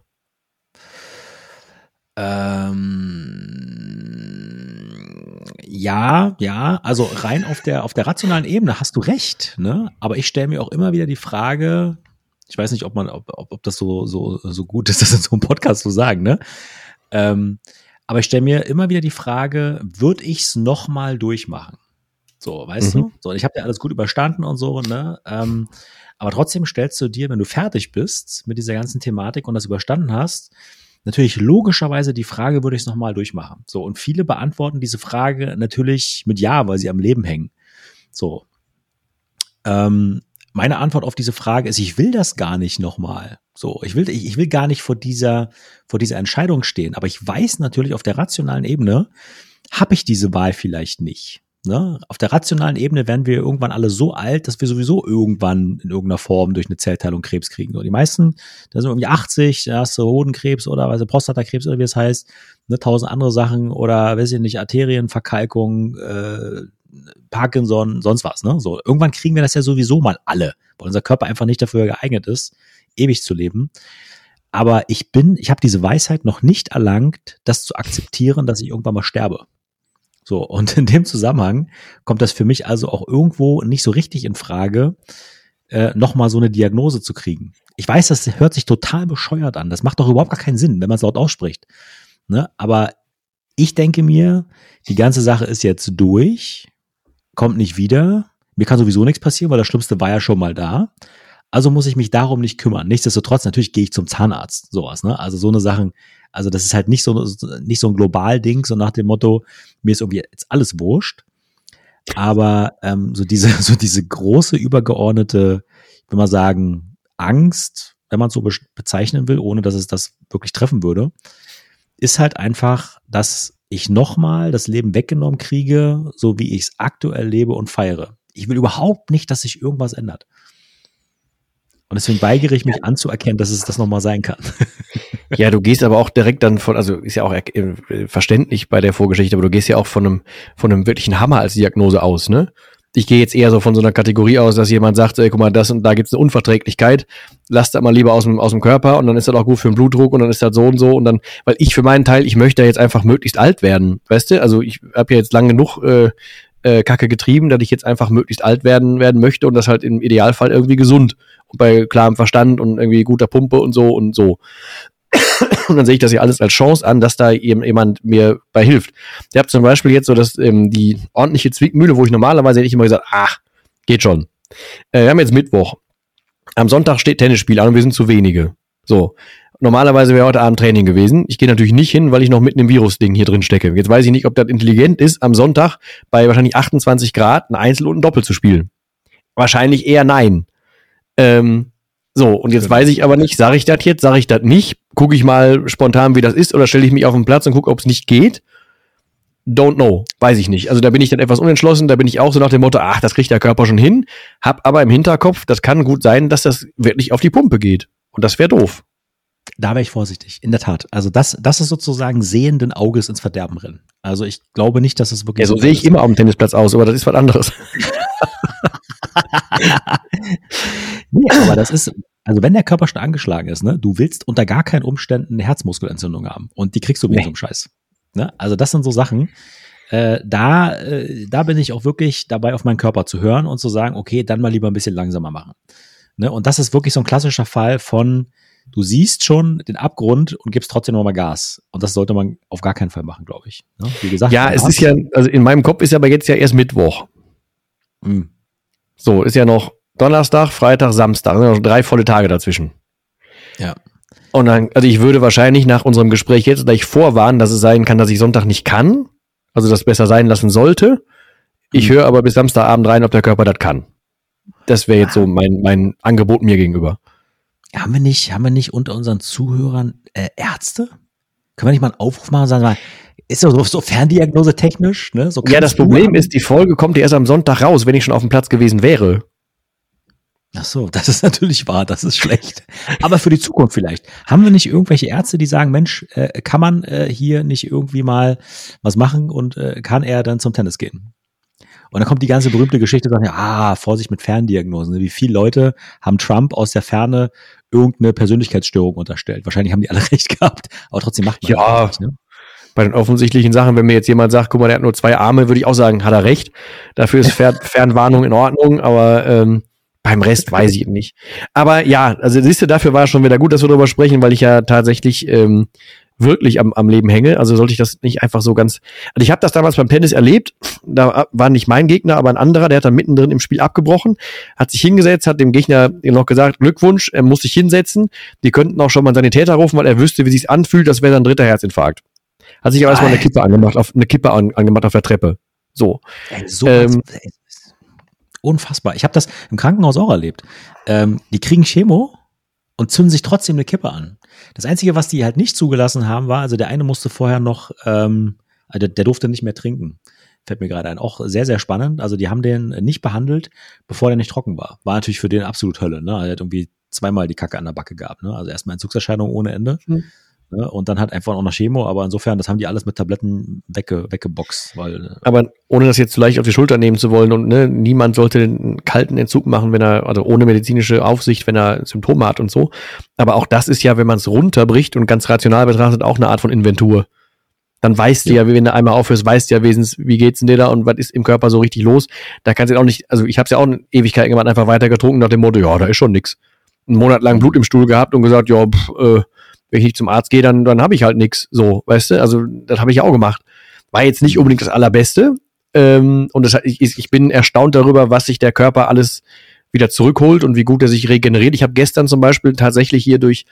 B: Ähm, ja, ja, also rein auf der, auf der rationalen Ebene hast du recht, ne? Aber ich stelle mir auch immer wieder die Frage, ich weiß nicht, ob man, ob, ob, ob das so, so, so gut ist, das in so einem Podcast zu sagen, ne? Ähm, aber ich stelle mir immer wieder die Frage, würde ich es nochmal durchmachen? So, weißt mhm. du? So, ich habe ja alles gut überstanden und so, ne? Ähm, aber trotzdem stellst du dir, wenn du fertig bist mit dieser ganzen Thematik und das überstanden hast, natürlich logischerweise die Frage, würde ich es nochmal durchmachen? So, und viele beantworten diese Frage natürlich mit Ja, weil sie am Leben hängen. So. Ähm, meine Antwort auf diese Frage ist, ich will das gar nicht nochmal. So, ich will, ich, ich will gar nicht vor dieser, vor dieser Entscheidung stehen. Aber ich weiß natürlich, auf der rationalen Ebene habe ich diese Wahl vielleicht nicht. Ne? Auf der rationalen Ebene werden wir irgendwann alle so alt, dass wir sowieso irgendwann in irgendeiner Form durch eine Zellteilung Krebs kriegen. So, die meisten, da sind irgendwie achtzig, da hast du Hodenkrebs oder weiß du, Prostatakrebs oder wie es heißt, ne, tausend andere Sachen oder weiß ich nicht, Arterienverkalkung, äh, Parkinson, sonst was. Ne? So, irgendwann kriegen wir das ja sowieso mal alle, weil unser Körper einfach nicht dafür geeignet ist, ewig zu leben. Aber ich bin, ich habe diese Weisheit noch nicht erlangt, das zu akzeptieren, dass ich irgendwann mal sterbe. So, und in dem Zusammenhang kommt das für mich also auch irgendwo nicht so richtig in Frage, äh, nochmal so eine Diagnose zu kriegen. Ich weiß, das hört sich total bescheuert an. Das macht doch überhaupt gar keinen Sinn, wenn man es laut ausspricht. Ne? Aber ich denke mir, die ganze Sache ist jetzt durch, kommt nicht wieder. Mir kann sowieso nichts passieren, weil das Schlimmste war ja schon mal da. Also muss ich mich darum nicht kümmern. Nichtsdestotrotz, natürlich gehe ich zum Zahnarzt, sowas, ne? Also so eine Sachen, also das ist halt nicht so, nicht so ein Global-Ding, so nach dem Motto, mir ist irgendwie jetzt alles wurscht. Aber ähm, so diese, so diese große, übergeordnete, ich will mal sagen, Angst, wenn man es so be- bezeichnen will, ohne dass es das wirklich treffen würde, ist halt einfach, dass ich nochmal das Leben weggenommen kriege, so wie ich es aktuell lebe und feiere. Ich will überhaupt nicht, dass sich irgendwas ändert. Und deswegen weigere ich mich anzuerkennen, dass es das nochmal sein kann.
A: Ja, du gehst aber auch direkt dann von, also ist ja auch äh, verständlich bei der Vorgeschichte, aber du gehst ja auch von einem, von einem wirklichen Hammer als Diagnose aus, ne? Ich gehe jetzt eher so von so einer Kategorie aus, dass jemand sagt, ey, guck mal, das und da gibt's eine Unverträglichkeit, lass das mal lieber aus dem, aus dem Körper und dann ist das auch gut für den Blutdruck und dann ist das so und so und dann, weil ich für meinen Teil, ich möchte ja jetzt einfach möglichst alt werden, weißt du? Also ich habe ja jetzt lang genug äh, äh, Kacke getrieben, dass ich jetzt einfach möglichst alt werden werden möchte und das halt im Idealfall irgendwie gesund und bei klarem Verstand und irgendwie guter Pumpe und so und so. Und dann sehe ich das ja alles als Chance an, dass da jemand mir bei hilft. Ich habe zum Beispiel jetzt so dass ähm, die ordentliche Zwickmühle, wo ich normalerweise hätte ich immer gesagt, ach, geht schon. Äh, wir haben jetzt Mittwoch. Am Sonntag steht Tennisspiel an und wir sind zu wenige. So. Normalerweise wäre heute Abend Training gewesen. Ich gehe natürlich nicht hin, weil ich noch mitten im Virus-Ding hier drin stecke. Jetzt weiß ich nicht, ob das intelligent ist, am Sonntag bei wahrscheinlich achtundzwanzig Grad ein Einzel und ein Doppel zu spielen. wahrscheinlich eher nein. Ähm, so, und jetzt
B: genau.
A: weiß ich aber nicht, sage ich das jetzt, sage ich das nicht, gucke ich mal spontan, wie das ist, oder stelle ich mich auf den Platz und gucke, ob es nicht geht. Don't know, weiß ich nicht. Also da bin ich dann etwas unentschlossen, da bin ich auch so nach dem Motto, ach, das kriegt der Körper schon hin, hab aber im Hinterkopf, das kann gut sein, dass das wirklich auf die Pumpe geht. Und das wäre doof.
B: Da wäre ich vorsichtig, in der Tat. Also das, das ist sozusagen sehenden Auges ins Verderben rennen. Also ich glaube nicht, dass es wirklich
A: Ja, so sehe ich immer auf dem Tennisplatz aus, aber das ist was anderes.
B: Nee, aber das ist, also wenn der Körper schon angeschlagen ist, ne, du willst unter gar keinen Umständen eine Herzmuskelentzündung haben. Und die kriegst du wegen
A: Nee.
B: so einem Scheiß. Ne? Also das sind so Sachen, äh, da, äh, da bin ich auch wirklich dabei, auf meinen Körper zu hören und zu sagen, okay, dann mal lieber ein bisschen langsamer machen. Ne? Und das ist wirklich so ein klassischer Fall von, du siehst schon den Abgrund und gibst trotzdem nochmal Gas. Und das sollte man auf gar keinen Fall machen, glaube ich. Ne? Wie gesagt.
A: Ja, es ist ja, also in meinem Kopf ist aber jetzt ja erst Mittwoch.
B: Mhm.
A: So, ist ja noch Donnerstag, Freitag, Samstag, sind ja noch drei volle Tage dazwischen.
B: Ja.
A: Und dann, also ich würde wahrscheinlich nach unserem Gespräch jetzt gleich vorwarnen, dass es sein kann, dass ich Sonntag nicht kann, also das besser sein lassen sollte. Ich
B: Mhm.
A: höre aber bis Samstagabend rein, ob der Körper das kann. Das wäre jetzt so mein, mein Angebot mir gegenüber.
B: Haben wir nicht, haben wir nicht unter unseren Zuhörern äh, Ärzte? Können wir nicht mal einen Aufruf machen und sagen, mal, ist so, so Ferndiagnose technisch? Ne? So
A: Ja, das Problem ist, die Folge kommt ja erst am Sonntag raus, wenn ich schon auf dem Platz gewesen wäre.
B: Ach so, das ist natürlich wahr, das ist schlecht. Aber für die Zukunft vielleicht. Haben wir nicht irgendwelche Ärzte, die sagen, Mensch, äh, kann man äh, hier nicht irgendwie mal was machen und äh, kann er dann zum Tennis gehen? Und dann kommt die ganze berühmte Geschichte, sagen ja, ah, Vorsicht mit Ferndiagnosen. Wie viele Leute haben Trump aus der Ferne irgendeine Persönlichkeitsstörung unterstellt? Wahrscheinlich haben die alle recht gehabt, aber trotzdem macht man
A: Ja.
B: das nicht, ne?
A: Bei den offensichtlichen Sachen, wenn mir jetzt jemand sagt, guck mal, der hat nur zwei Arme, würde ich auch sagen, hat er recht. Dafür ist Fer- Fernwarnung in Ordnung, aber ähm, beim Rest weiß ich nicht. Aber ja, also siehst du, dafür war es schon wieder gut, dass wir darüber sprechen, weil ich ja tatsächlich ähm, wirklich am, am Leben hänge. Also sollte ich das nicht einfach so ganz... Also ich habe das damals beim Tennis erlebt, da war nicht mein Gegner, aber ein anderer, der hat dann mittendrin im Spiel abgebrochen, hat sich hingesetzt, hat dem Gegner noch gesagt, Glückwunsch, er muss sich hinsetzen, die könnten auch schon mal einen Sanitäter rufen, weil er wüsste, wie sich's anfühlt, das wäre sein dritter Herzinfarkt. Hat sich aber erstmal eine Kippe angemacht, auf eine Kippe an, angemacht auf der Treppe. So.
B: Ey, so
A: Ähm,
B: was, ey, unfassbar. Ich habe das im Krankenhaus auch erlebt. Ähm, die kriegen Chemo und zünden sich trotzdem eine Kippe an. Das Einzige, was die halt nicht zugelassen haben, war, also der eine musste vorher noch, ähm, also der durfte nicht mehr trinken. Fällt mir gerade ein. Auch sehr, sehr spannend. Also die haben den nicht behandelt, bevor der nicht trocken war. War natürlich für den absolut Hölle. Ne? Also er hat irgendwie zweimal die Kacke an der Backe gehabt. Ne? Also erstmal Entzugserscheinungen ohne Ende. Mhm. Ne? Und dann hat einfach auch noch Chemo. Aber insofern, das haben die alles mit Tabletten wegge, weggeboxt. Weil,
A: aber ohne das jetzt vielleicht auf die Schulter nehmen zu wollen und ne, niemand sollte einen kalten Entzug machen, wenn er, also ohne medizinische Aufsicht, wenn er Symptome hat und so. Aber auch das ist ja, wenn man es runterbricht und ganz rational betrachtet, auch eine Art von Inventur. Dann weißt ja. du ja, wenn du einmal aufhörst, weißt du ja wesens, wie geht's denn dir da und was ist im Körper so richtig los. Da kannst du auch nicht, also ich hab's ja auch eine Ewigkeit gemacht, einfach weiter getrunken nach dem Motto, ja, da ist schon nix. Einen Monat lang Blut im Stuhl gehabt und gesagt, ja, pff, äh, wenn ich nicht zum Arzt gehe, dann, dann habe ich halt nix. So, weißt du, also das habe ich ja auch gemacht. War jetzt nicht unbedingt das Allerbeste. Ähm, und das, ich, ich bin erstaunt darüber, was sich der Körper alles wieder zurückholt und wie gut er sich regeneriert. Ich habe gestern zum Beispiel tatsächlich hier durch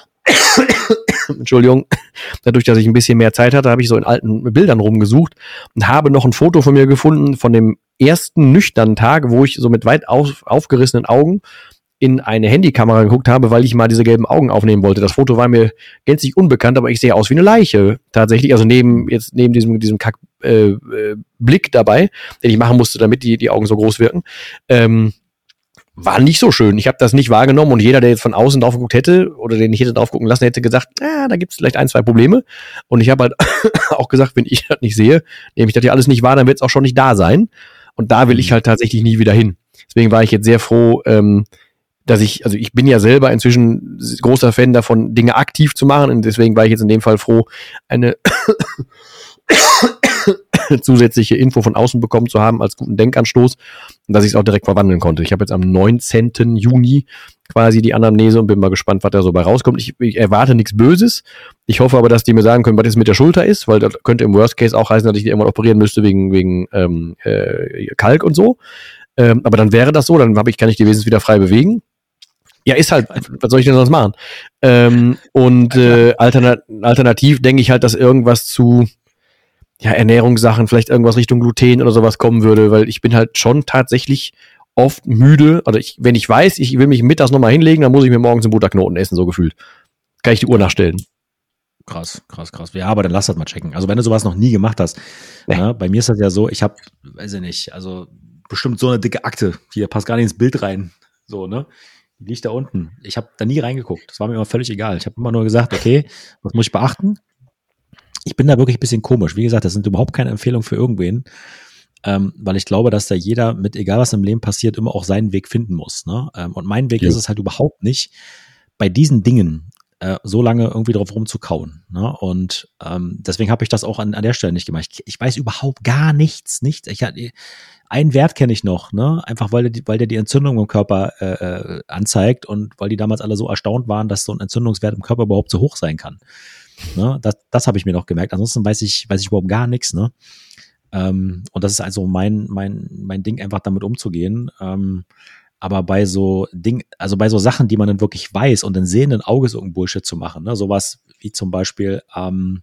A: Entschuldigung, dadurch, dass ich ein bisschen mehr Zeit hatte, habe ich so in alten Bildern rumgesucht und habe noch ein Foto von mir gefunden von dem ersten nüchternen Tag, wo ich so mit weit auf, aufgerissenen Augen in eine Handykamera geguckt habe, weil ich mal diese gelben Augen aufnehmen wollte. Das Foto war mir gänzlich unbekannt, aber ich sehe aus wie eine Leiche tatsächlich. Also neben jetzt neben diesem diesem Kack, äh, äh, Blick dabei, den ich machen musste, damit die die Augen so groß wirken. Ähm, War nicht so schön. Ich habe das nicht wahrgenommen und jeder, der jetzt von außen drauf geguckt hätte oder den ich hätte drauf gucken lassen, hätte gesagt, ah, da gibt es vielleicht ein, zwei Probleme. Und ich habe halt auch gesagt, wenn ich das nicht sehe, nehme ich das ja alles nicht wahr, dann wird es auch schon nicht da sein. Und da will ich halt tatsächlich nie wieder hin. Deswegen war ich jetzt sehr froh, ähm, dass ich, also ich bin ja selber inzwischen großer Fan davon, Dinge aktiv zu machen. Und deswegen war ich jetzt in dem Fall froh, eine zusätzliche Info von außen bekommen zu haben als guten Denkanstoß und dass ich es auch direkt verwandeln konnte. Ich habe jetzt am neunzehnten Juni quasi die Anamnese und bin mal gespannt, was da so bei rauskommt. Ich, ich erwarte nichts Böses. Ich hoffe aber, dass die mir sagen können, was jetzt mit der Schulter ist, weil das könnte im Worst Case auch heißen, dass ich die irgendwann operieren müsste wegen, wegen ähm, äh, Kalk und so. Ähm, aber dann wäre das so, dann hab ich, kann ich die wenigstens wieder frei bewegen. Ja, ist halt, was soll ich denn sonst machen? Ähm, und äh, alternat- alternativ denke ich halt, dass irgendwas zu ja, Ernährungssachen, vielleicht irgendwas Richtung Gluten oder sowas kommen würde, weil ich bin halt schon tatsächlich oft müde, oder ich, wenn ich weiß, ich will mich mittags nochmal hinlegen, dann muss ich mir morgens einen Butterknoten essen, so gefühlt. Kann ich die Uhr nachstellen.
B: Krass, krass, krass. Ja, aber dann lass das mal checken. Also wenn du sowas noch nie gemacht hast, nee. ne, bei mir ist das ja so, ich habe, weiß ich nicht, also bestimmt so eine dicke Akte, hier passt gar nicht ins Bild rein, so, ne? Die liegt da unten. Ich habe da nie reingeguckt. Das war mir immer völlig egal. Ich habe immer nur gesagt, okay, was muss ich beachten? Ich bin da wirklich ein bisschen komisch. Wie gesagt, das sind überhaupt keine Empfehlungen für irgendwen, ähm, weil ich glaube, dass da jeder mit, egal was im Leben passiert, immer auch seinen Weg finden muss. Ne? Ähm, und mein Weg ja. ist es halt überhaupt nicht, bei diesen Dingen äh, so lange irgendwie drauf rumzukauen. Ne? Und ähm, deswegen habe ich das auch an, an der Stelle nicht gemacht. Ich, ich weiß überhaupt gar nichts, nichts. Ich hatte einen Wert kenne ich noch, ne? Einfach weil der, weil der die Entzündung im Körper äh, anzeigt und weil die damals alle so erstaunt waren, dass so ein Entzündungswert im Körper überhaupt so hoch sein kann. Ne? Das, das habe ich mir noch gemerkt. Ansonsten weiß ich, weiß ich überhaupt gar nichts, ne? Ähm, und das ist also mein, mein, mein Ding, einfach damit umzugehen. Ähm, aber bei so Ding, also bei so Sachen, die man dann wirklich weiß und dann sehenden Auges irgendein Bullshit zu machen, ne? Sowas wie zum Beispiel, ähm,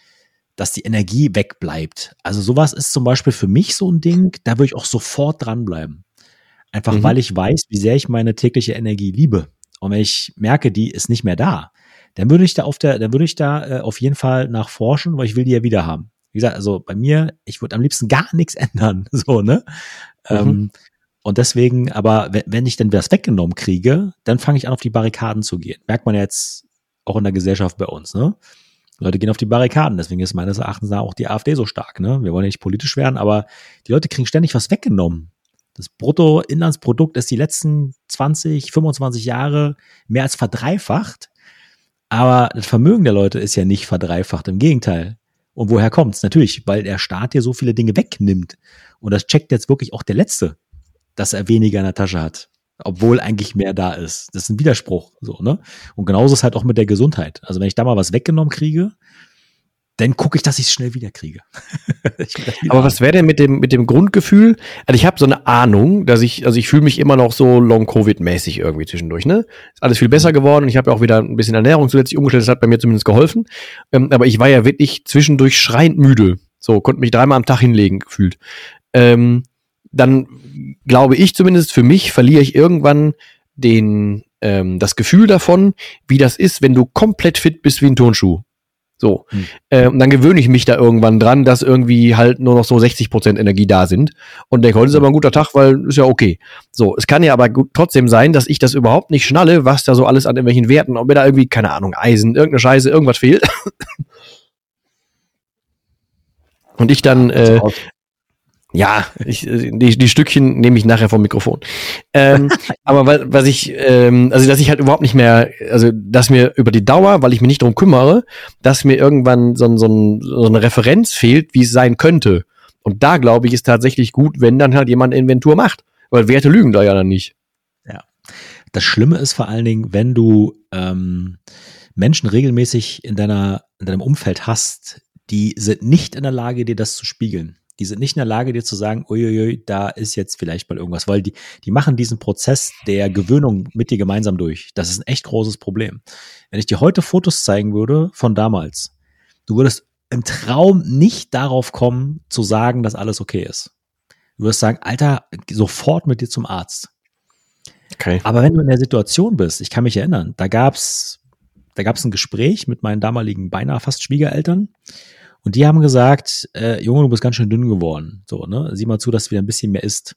B: dass die Energie wegbleibt. Also sowas ist zum Beispiel für mich so ein Ding, da würde ich auch sofort dranbleiben. Einfach mhm. weil ich weiß, wie sehr ich meine tägliche Energie liebe. Und wenn ich merke, die ist nicht mehr da, dann würde ich da auf der, dann würde ich da äh, auf jeden Fall nachforschen, weil ich will die ja wieder haben. Wie gesagt, also bei mir, ich würde am liebsten gar nichts ändern, so, ne? Mhm. Ähm, und deswegen, aber wenn, wenn ich dann das weggenommen kriege, dann fange ich an, auf die Barrikaden zu gehen. Merkt man ja jetzt auch in der Gesellschaft bei uns, ne? Leute gehen auf die Barrikaden, deswegen ist meines Erachtens da auch die AfD so stark, ne? Wir wollen ja nicht politisch werden, aber die Leute kriegen ständig was weggenommen. Das Bruttoinlandsprodukt ist die letzten zwanzig, fünfundzwanzig Jahre mehr als verdreifacht. Aber das Vermögen der Leute ist ja nicht verdreifacht, im Gegenteil. Und woher kommt's? Natürlich, weil der Staat dir so viele Dinge wegnimmt. Und das checkt jetzt wirklich auch der Letzte, dass er weniger in der Tasche hat. Obwohl eigentlich mehr da ist. Das ist ein Widerspruch, so, ne? Und genauso ist es halt auch mit der Gesundheit. Also wenn ich da mal was weggenommen kriege, dann gucke ich, dass ich es schnell wieder kriege.
A: Aber was wäre denn mit dem mit dem Grundgefühl? Also ich habe so eine Ahnung, dass ich, also ich fühle mich immer noch so Long-Covid-mäßig irgendwie zwischendurch, ne? Ist alles viel besser geworden und ich habe ja auch wieder ein bisschen Ernährung zusätzlich umgestellt, das hat bei mir zumindest geholfen. Ähm, aber ich war ja wirklich zwischendurch schreiend müde. So, konnte mich dreimal am Tag hinlegen, gefühlt. Ähm, dann glaube ich zumindest, für mich verliere ich irgendwann den ähm, das Gefühl davon, wie das ist, wenn du komplett fit bist wie ein Turnschuh. So, hm. äh, und dann gewöhne ich mich da irgendwann dran, dass irgendwie halt nur noch so sechzig Prozent Energie da sind und denke, heute ist aber ein guter Tag, weil ist ja okay. So, es kann ja aber gut, trotzdem sein, dass ich das überhaupt nicht schnalle, was da so alles an irgendwelchen Werten, ob mir da irgendwie, keine Ahnung, Eisen, irgendeine Scheiße, irgendwas fehlt. Und ich dann, äh, ja, ich, die, die Stückchen nehme ich nachher vom Mikrofon. Ähm, aber was, was ich, ähm, also dass ich halt überhaupt nicht mehr, also dass mir über die Dauer, weil ich mich nicht drum kümmere, dass mir irgendwann so, so, ein, so eine Referenz fehlt, wie es sein könnte. Und da glaube ich, ist tatsächlich gut, wenn dann halt jemand eine Inventur macht. Weil Werte lügen da ja dann nicht.
B: Ja. Das Schlimme ist vor allen Dingen, wenn du ähm, Menschen regelmäßig in deiner, in deinem Umfeld hast, die sind nicht in der Lage, dir das zu spiegeln. Die sind nicht in der Lage, dir zu sagen, uiuiui, da ist jetzt vielleicht mal irgendwas, weil die, die machen diesen Prozess der Gewöhnung mit dir gemeinsam durch. Das ist ein echt großes Problem. Wenn ich dir heute Fotos zeigen würde von damals, du würdest im Traum nicht darauf kommen, zu sagen, dass alles okay ist. Du würdest sagen, Alter, sofort mit dir zum Arzt.
A: Okay.
B: Aber wenn du in der Situation bist, ich kann mich erinnern, da gab's, da gab's ein Gespräch mit meinen damaligen beinahe fast Schwiegereltern. Und die haben gesagt, äh, Junge, du bist ganz schön dünn geworden. So, ne? Sieh mal zu, dass du wieder ein bisschen mehr isst.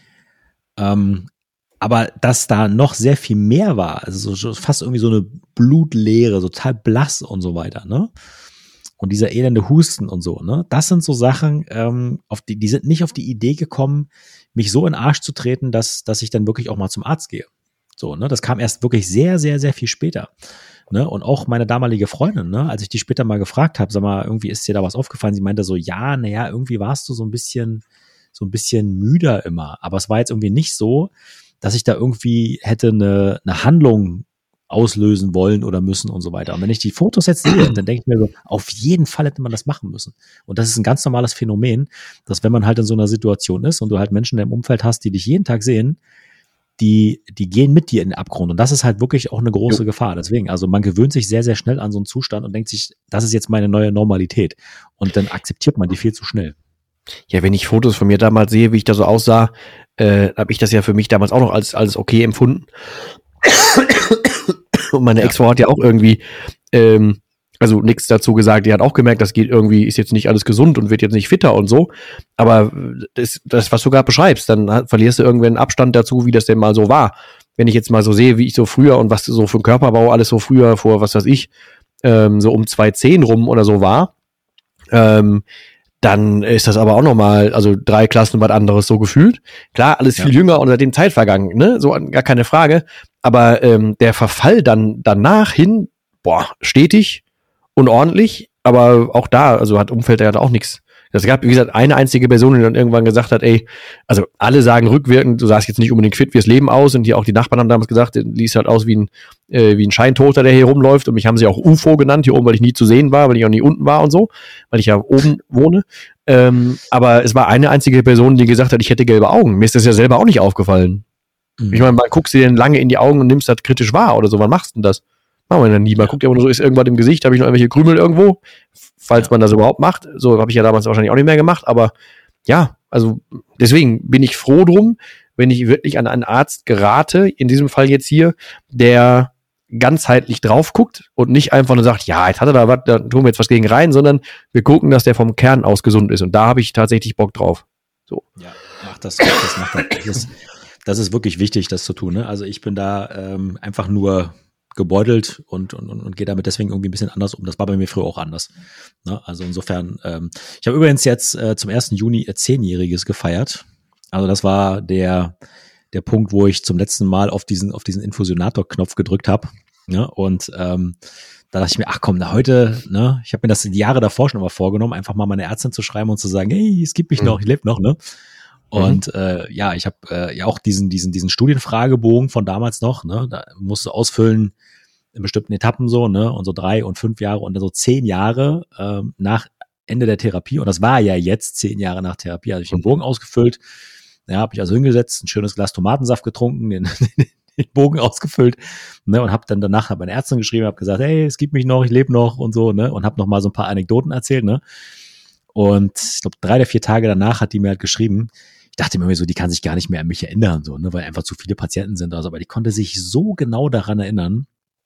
B: Ähm, aber dass da noch sehr viel mehr war, also so, fast irgendwie so eine Blutleere, so total blass und so weiter, ne? Und dieser elende Husten und so, ne? Das sind so Sachen, ähm, auf die, die sind nicht auf die Idee gekommen, mich so in den Arsch zu treten, dass, dass ich dann wirklich auch mal zum Arzt gehe. So, ne? Das kam erst wirklich sehr, sehr, sehr viel später. Ne, und auch meine damalige Freundin, ne, als ich die später mal gefragt habe, sag mal, irgendwie ist dir da was aufgefallen? Sie meinte so, ja, naja, irgendwie warst du so ein bisschen, so ein bisschen müder immer. Aber es war jetzt irgendwie nicht so, dass ich da irgendwie hätte eine, eine Handlung auslösen wollen oder müssen und so weiter. Und wenn ich die Fotos jetzt sehe, dann denke ich mir so, auf jeden Fall hätte man das machen müssen. Und das ist ein ganz normales Phänomen, dass wenn man halt in so einer Situation ist und du halt Menschen in deinem Umfeld hast, die dich jeden Tag sehen, die, die gehen mit dir in den Abgrund. Und das ist halt wirklich auch eine große jo. Gefahr. Deswegen, also man gewöhnt sich sehr, sehr schnell an so einen Zustand und denkt sich, das ist jetzt meine neue Normalität. Und dann akzeptiert man die viel zu schnell.
A: Ja, wenn ich Fotos von mir damals sehe, wie ich da so aussah, äh, habe ich das ja für mich damals auch noch als, als okay empfunden. Und meine ja. Ex-Frau hat ja auch irgendwie, ähm, also nichts dazu gesagt, die hat auch gemerkt, das geht irgendwie, ist jetzt nicht alles gesund und wird jetzt nicht fitter und so. Aber das, das was du gerade beschreibst, dann verlierst du irgendwann Abstand dazu, wie das denn mal so war. Wenn ich jetzt mal so sehe, wie ich so früher und was so für ein Körperbau alles so früher vor, was weiß ich, ähm, so um zwei zehn rum oder so war, ähm, dann ist das aber auch nochmal, also drei Klassen was anderes so gefühlt. Klar, alles ja. viel jünger und seitdem Zeit vergangen, ne? So gar keine Frage. Aber ähm, der Verfall dann danach hin, boah, stetig und ordentlich, aber auch da, also hat Umfeld ja auch nichts. Es gab, wie gesagt, eine einzige Person, die dann irgendwann gesagt hat, ey, also alle sagen rückwirkend, du sahst jetzt nicht unbedingt fit fürs Leben aus, und hier auch die Nachbarn haben damals gesagt, du liest halt aus wie ein, äh, wie ein Scheintoter, der hier rumläuft, und mich haben sie auch U F O genannt, hier oben, weil ich nie zu sehen war, weil ich auch nie unten war und so, weil ich ja oben wohne. Ähm, aber es war eine einzige Person, die gesagt hat, ich hätte gelbe Augen. Mir ist das ja selber auch nicht aufgefallen. Mhm. Ich meine, man guckst dir denn lange in die Augen und nimmst das kritisch wahr oder so, wann machst du denn das? Machen wir dann nie. Man guckt ja immer nur so, ist irgendwas im Gesicht, habe ich noch irgendwelche Krümel irgendwo, falls ja. man das überhaupt macht. So habe ich ja damals wahrscheinlich auch nicht mehr gemacht, aber ja, also deswegen bin ich froh drum, wenn ich wirklich an einen Arzt gerate, in diesem Fall jetzt hier, der ganzheitlich drauf guckt und nicht einfach nur sagt, ja, jetzt hat er da was, da tun wir jetzt was gegen rein, sondern wir gucken, dass der vom Kern aus gesund ist, und da habe ich tatsächlich Bock drauf. So. Ja,
B: mach das, das macht das. Das ist, das ist wirklich wichtig, das zu tun. Ne? Also ich bin da ähm, einfach nur gebeutelt und, und, und gehe damit deswegen irgendwie ein bisschen anders um. Das war bei mir früher auch anders. Ne? Also insofern, ähm, ich habe übrigens jetzt äh, zum ersten Juni ihr Zehnjähriges gefeiert. Also das war der, der Punkt, wo ich zum letzten Mal auf diesen, auf diesen Infusionator-Knopf gedrückt habe. Ne? Und ähm, da dachte ich mir, ach komm, na heute, ne, ich habe mir das die Jahre davor schon immer vorgenommen, einfach mal meine Ärztin zu schreiben und zu sagen, hey, es gibt mich mhm. noch, ich lebe noch, ne? Und mhm. äh, ja, ich habe äh, ja auch diesen diesen diesen Studienfragebogen von damals noch, ne, da musst du ausfüllen in bestimmten Etappen so, ne, und so drei und fünf Jahre und dann so zehn Jahre ähm, nach Ende der Therapie, und das war ja jetzt zehn Jahre nach Therapie, also ich den Bogen ausgefüllt, ja, habe ich also hingesetzt, ein schönes Glas Tomatensaft getrunken, den, den Bogen ausgefüllt, ne, und habe dann danach hab meine Ärztin geschrieben, habe gesagt, hey, es gibt mich noch, ich lebe noch und so, ne, und habe noch mal so ein paar Anekdoten erzählt, ne, und ich glaube drei oder vier Tage danach hat die mir halt geschrieben. Ich dachte mir so, die kann sich gar nicht mehr an mich erinnern, so, ne, weil einfach zu viele Patienten sind. Also, aber die konnte sich so genau daran erinnern,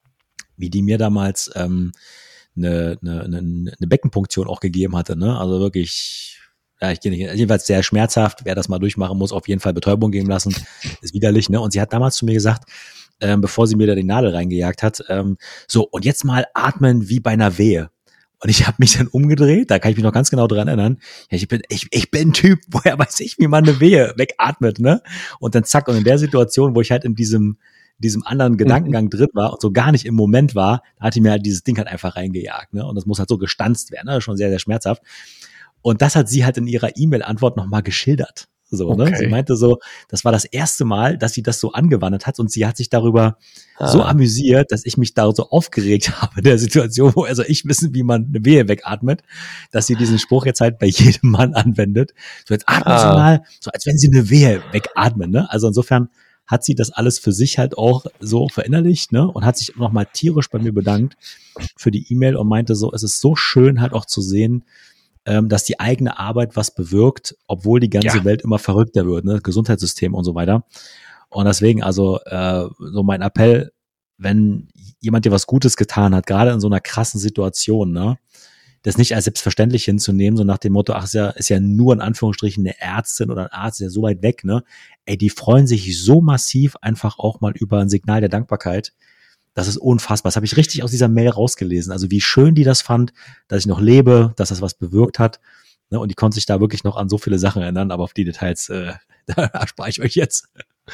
B: wie die mir damals ähm, eine, eine, eine Beckenpunktion auch gegeben hatte. Ne? Also wirklich, ja, ich gehe nicht, jedenfalls sehr schmerzhaft. Wer das mal durchmachen muss, auf jeden Fall Betäubung geben lassen. Ist widerlich. Ne? Und sie hat damals zu mir gesagt, ähm, bevor sie mir da die Nadel reingejagt hat, ähm, so, und jetzt mal atmen wie bei einer Wehe. Und ich habe mich dann umgedreht, da kann ich mich noch ganz genau dran erinnern. Ja, ich bin, ich, ich bin ein Typ, woher weiß ich, wie man eine Wehe wegatmet, ne? Und dann zack, und in der Situation, wo ich halt in diesem, diesem anderen Gedankengang mhm. drin war und so gar nicht im Moment war, da hat die mir halt dieses Ding halt einfach reingejagt, ne? Und das muss halt so gestanzt werden, ne? Schon sehr, sehr schmerzhaft. Und das hat sie halt in ihrer E-Mail-Antwort nochmal geschildert. So, okay. Ne? Sie meinte so, das war das erste Mal, dass sie das so angewandt hat, und sie hat sich darüber ah. so amüsiert, dass ich mich da so aufgeregt habe in der Situation, wo also ich wissen, wie man eine Wehe wegatmet, dass sie diesen Spruch jetzt halt bei jedem Mann anwendet. So, jetzt atmen ah. Sie mal, so als wenn sie eine Wehe wegatmen, ne? Also insofern hat sie das alles für sich halt auch so verinnerlicht, ne? Und hat sich nochmal tierisch bei mir bedankt für die E-Mail und meinte so, es ist so schön halt auch zu sehen, ähm, dass die eigene Arbeit was bewirkt, obwohl die ganze ja. Welt immer verrückter wird, ne? Gesundheitssystem und so weiter. Und deswegen also äh, so mein Appell, wenn jemand dir was Gutes getan hat, gerade in so einer krassen Situation, ne, das nicht als selbstverständlich hinzunehmen, so nach dem Motto, ach, ist ja, ist ja nur in Anführungsstrichen eine Ärztin oder ein Arzt, der so weit weg, ne? Ey, die freuen sich so massiv einfach auch mal über ein Signal der Dankbarkeit. Das ist unfassbar. Das habe ich richtig aus dieser Mail rausgelesen. Also wie schön die das fand, dass ich noch lebe, dass das was bewirkt hat. Ne? Und die konnte sich da wirklich noch an so viele Sachen erinnern, aber auf die Details, äh, da erspare ich euch jetzt.